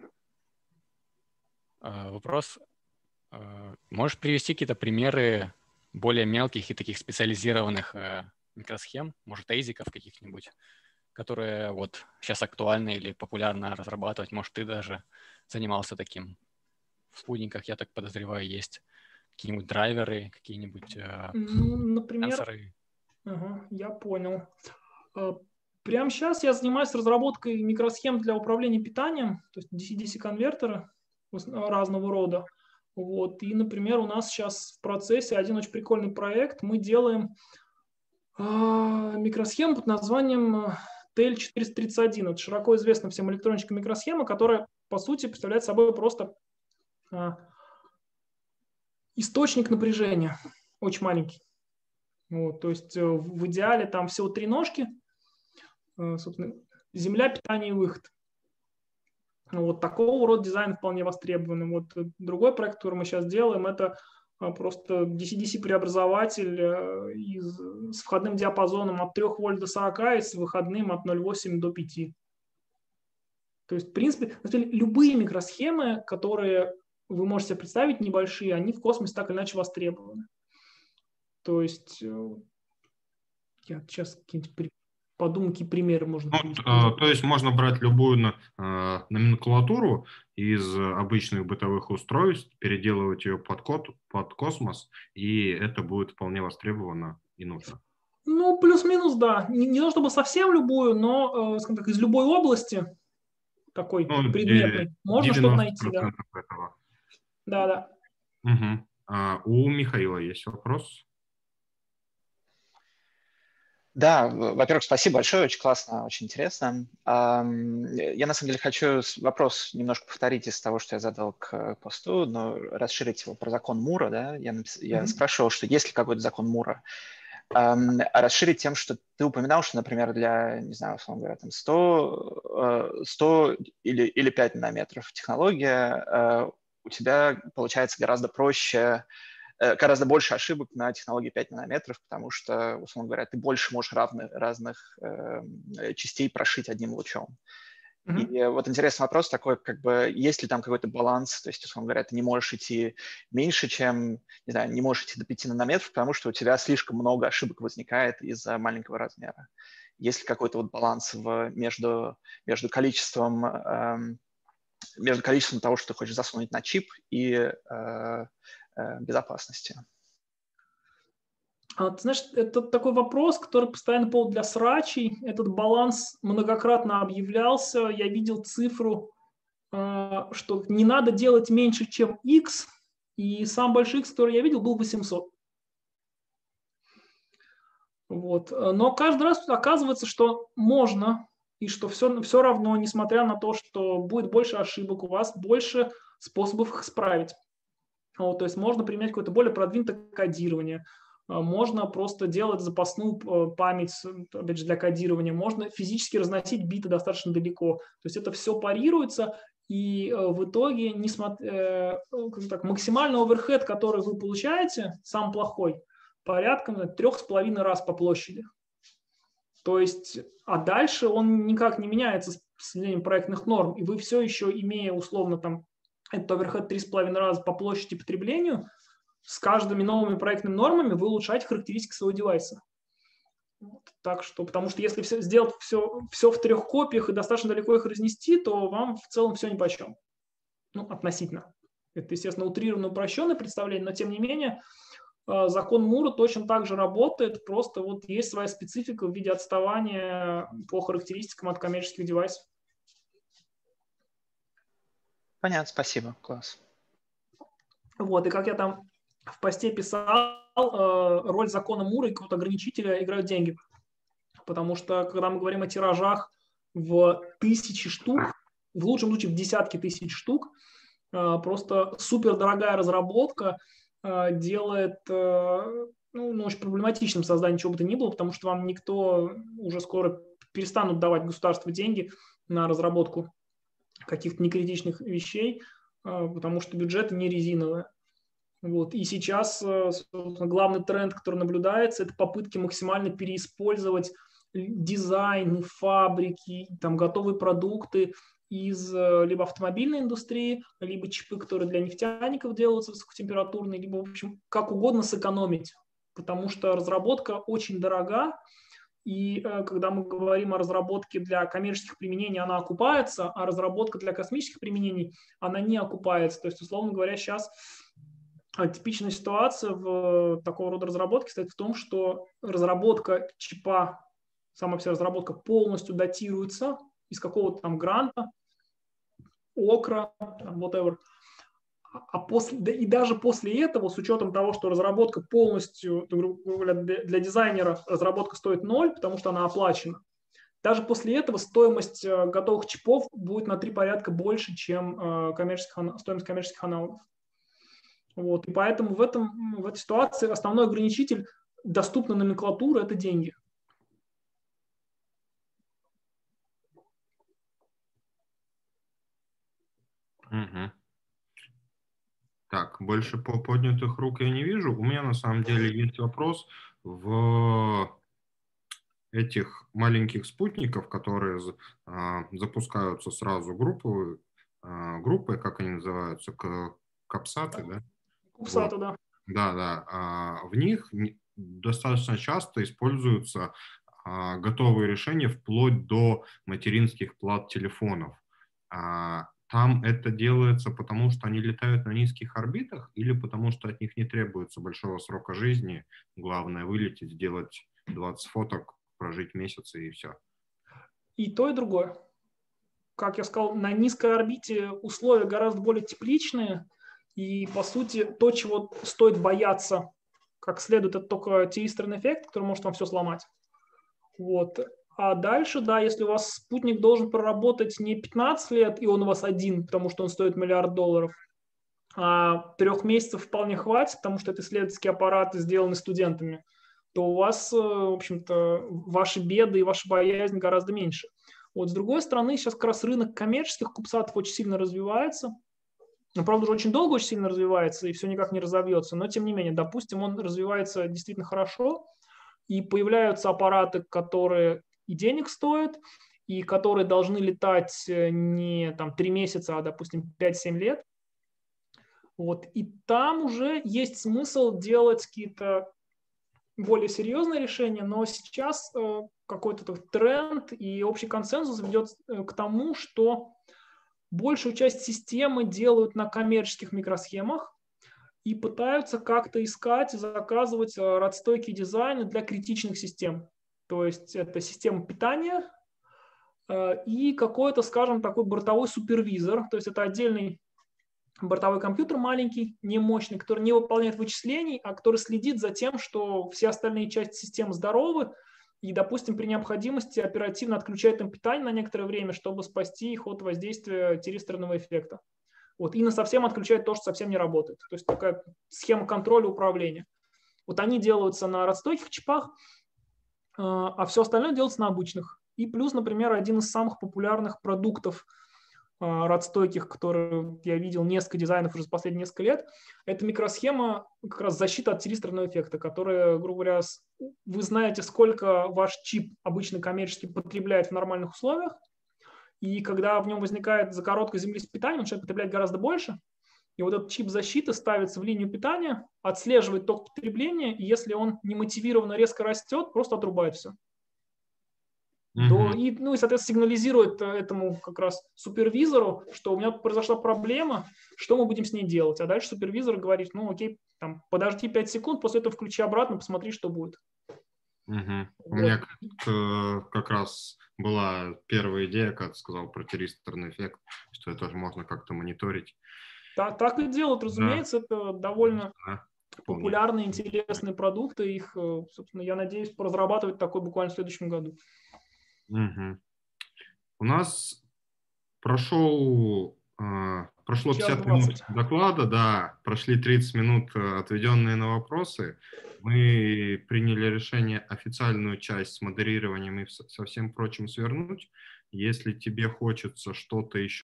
Вопрос, можешь привести какие-то примеры более мелких и таких специализированных микросхем, может, эйзиков каких-нибудь, которые вот сейчас актуальны или популярно разрабатывать? Может, ты даже занимался таким? В спутниках, я так подозреваю, есть какие-нибудь драйверы, какие-нибудь например, сенсоры. Я понял. Прямо сейчас я занимаюсь разработкой микросхем для управления питанием, то есть DC-DC конвертеры разного рода. Вот. И, например, у нас сейчас в процессе один очень прикольный проект. Мы делаем микросхему под названием TL431. Это широко известная всем электронщикам микросхема, которая, по сути, представляет собой просто источник напряжения, очень маленький. Вот, то есть в идеале там всего 3 ножки, собственно, земля, питание и выход. Вот такого рода дизайн вполне востребованный. Вот другой проект, который мы сейчас делаем, это просто DC-DC преобразователь с входным диапазоном от 3 вольт до 40 и с выходным от 0,8 до 5. То есть, в принципе, любые микросхемы, которые вы можете себе представить, небольшие, они в космосе так или иначе востребованы. То есть, я сейчас какие-нибудь подумаю, какие примеры можно привести. То есть можно брать любую номенклатуру из обычных бытовых устройств, переделывать ее под космос, и это будет вполне востребовано и нужно. Ну, плюс-минус, да. Не то чтобы совсем любую, но, скажем так, из любой области такой предметной можно что-то найти. Да. Этого. Да. У Михаила есть вопрос? Да, во-первых, спасибо большое, очень классно, очень интересно. Я на самом деле хочу вопрос немножко повторить из того, что я задал к посту, но расширить его про закон Мура. Да? Я спрашивал, что есть ли какой-то закон Мура. А расширить тем, что ты упоминал, что, например, для, не знаю, условно говоря, там 100 или 5 нанометров технология, у тебя получается гораздо проще, гораздо больше ошибок на технологии 5 нанометров, потому что, условно говоря, ты больше можешь разных частей прошить одним лучом. И вот интересный вопрос такой, как бы, есть ли там какой-то баланс, то есть, условно говоря, ты не можешь идти меньше, чем, не знаю, не можешь идти до 5 нанометров, потому что у тебя слишком много ошибок возникает из-за маленького размера. есть ли какой-то вот баланс между количеством того, что ты хочешь засунуть на чип, и безопасности? Ты знаешь, это такой вопрос, который постоянно повод для срачей. Этот баланс многократно объявлялся. Я видел цифру, что не надо делать меньше, чем X, и самый большой X, который я видел, был 800. Вот. Но каждый раз оказывается, что можно, и что все равно, несмотря на то, что будет больше ошибок, у вас больше способов их исправить. Вот, то есть можно применять какое-то более продвинутое кодирование, можно просто делать запасную память, опять же, для кодирования, можно физически разносить биты достаточно далеко. То есть это все парируется, и в итоге максимальный оверхед, который вы получаете, самый плохой, порядком 3,5 раз по площади. То есть, а дальше он никак не меняется с изменением проектных норм, и вы все еще, имея условно там этот оверхед 3,5 раза по площади потреблению, с каждыми новыми проектными нормами вы улучшаете характеристики своего девайса. Вот, так что, потому что если сделать все в 3 копиях и достаточно далеко их разнести, то вам в целом все нипочем. Ну, относительно. Это, естественно, утрированно упрощенное представление, но тем не менее закон Мура точно так же работает, просто вот есть своя специфика в виде отставания по характеристикам от коммерческих девайсов. Понятно, спасибо, класс. Вот, и как я там в посте писал, роль закона Мура и какого-то ограничителя играют деньги. Потому что, когда мы говорим о тиражах в 1000 штук, в лучшем случае в десятки тысяч штук, просто супердорогая разработка делает очень проблематичным создание чего бы то ни было, потому что вам никто уже скоро перестанут давать государству деньги на разработку каких-то некритичных вещей, потому что бюджеты не резиновые. Вот. И сейчас главный тренд, который наблюдается, это попытки максимально переиспользовать дизайн, фабрики, там, готовые продукты из либо автомобильной индустрии, либо чипы, которые для нефтяников делаются высокотемпературные, либо, в общем, как угодно сэкономить, потому что разработка очень дорога, и когда мы говорим о разработке для коммерческих применений, она окупается, а разработка для космических применений, она не окупается. То есть, условно говоря, сейчас типичная ситуация в такого рода разработке состоит в том, что разработка чипа, сама вся разработка полностью датируется из какого-то там гранта, окра, whatever. И даже после этого, с учетом того, что разработка полностью, для дизайнера разработка стоит 0, потому что она оплачена, даже после этого стоимость готовых чипов будет на 3 порядка больше, чем стоимость коммерческих аналогов. Вот. И поэтому в этой ситуации основной ограничитель доступной номенклатуры – это деньги. Угу. Так, больше поднятых рук я не вижу. У меня на самом деле есть вопрос в этих маленьких спутников, которые запускаются сразу группой, как они называются, капсаты, да? Капсаты, вот. да. Да. В них достаточно часто используются готовые решения вплоть до материнских плат телефонов. Там это делается потому, что они летают на низких орбитах, или потому, что от них не требуется большого срока жизни, главное вылететь, сделать 20 фоток, прожить месяц и все? И то, и другое. Как я сказал, на низкой орбите условия гораздо более тепличные, и, по сути, то, чего стоит бояться как следует, это только T-Eastern эффект, который может вам все сломать. Вот. А дальше, да, если у вас спутник должен проработать не 15 лет, и он у вас один, потому что он стоит $1 миллиард, а 3 месяцев вполне хватит, потому что это исследовательские аппараты сделаны студентами, то у вас, в общем-то, ваши беды и ваша боязнь гораздо меньше. Вот с другой стороны, сейчас как раз рынок коммерческих кубсатов очень сильно развивается. Ну, правда, уже очень долго очень сильно развивается и все никак не разовьется, но тем не менее, допустим, он развивается действительно хорошо, и появляются аппараты, которые и денег стоят, и которые должны летать не там 3 месяца, а, допустим, 5-7 лет. Вот. И там уже есть смысл делать какие-то более серьезное решение, но сейчас какой-то тренд и общий консенсус ведет к тому, что большую часть системы делают на коммерческих микросхемах и пытаются как-то искать и заказывать родстойкие дизайны для критичных систем. То есть это система питания и какой-то, скажем, такой бортовой супервизор. То есть это отдельный бортовой компьютер маленький, немощный, который не выполняет вычислений, а который следит за тем, что все остальные части системы здоровы, и, допустим, при необходимости оперативно отключает им питание на некоторое время, чтобы спасти их от воздействия тиристорного эффекта. Вот. И насовсем отключает то, что совсем не работает. То есть такая схема контроля управления. Вот они делаются на родстойких чипах, а все остальное делается на обычных. И плюс, например, один из самых популярных продуктов родстойких, которые я видел, несколько дизайнов уже за последние несколько лет, это микросхема как раз защиты от тиристорного эффекта, которая, грубо говоря, вы знаете, сколько ваш чип обычно коммерчески потребляет в нормальных условиях, и когда в нем возникает за короткой земли с питанием, он начинает потреблять гораздо больше, и вот этот чип защиты ставится в линию питания, отслеживает ток потребления, и если он немотивированно резко растет, просто отрубает все. И, соответственно, сигнализирует этому как раз супервизору, что у меня произошла проблема, что мы будем с ней делать. А дальше супервизор говорит, ну окей, там, подожди 5 секунд, после этого включи обратно, посмотри, что будет. У меня как раз была первая идея, когда ты сказал про тиристорный эффект, что это тоже можно как-то мониторить. Так и делают, разумеется, это довольно популярные, интересные продукты. Их, собственно, я надеюсь, разрабатывать такой буквально в следующем году. У нас прошло 50 минут доклада, да, прошли 30 минут, отведенные на вопросы. Мы приняли решение официальную часть с модерированием и со всем прочим свернуть. Если тебе хочется что-то еще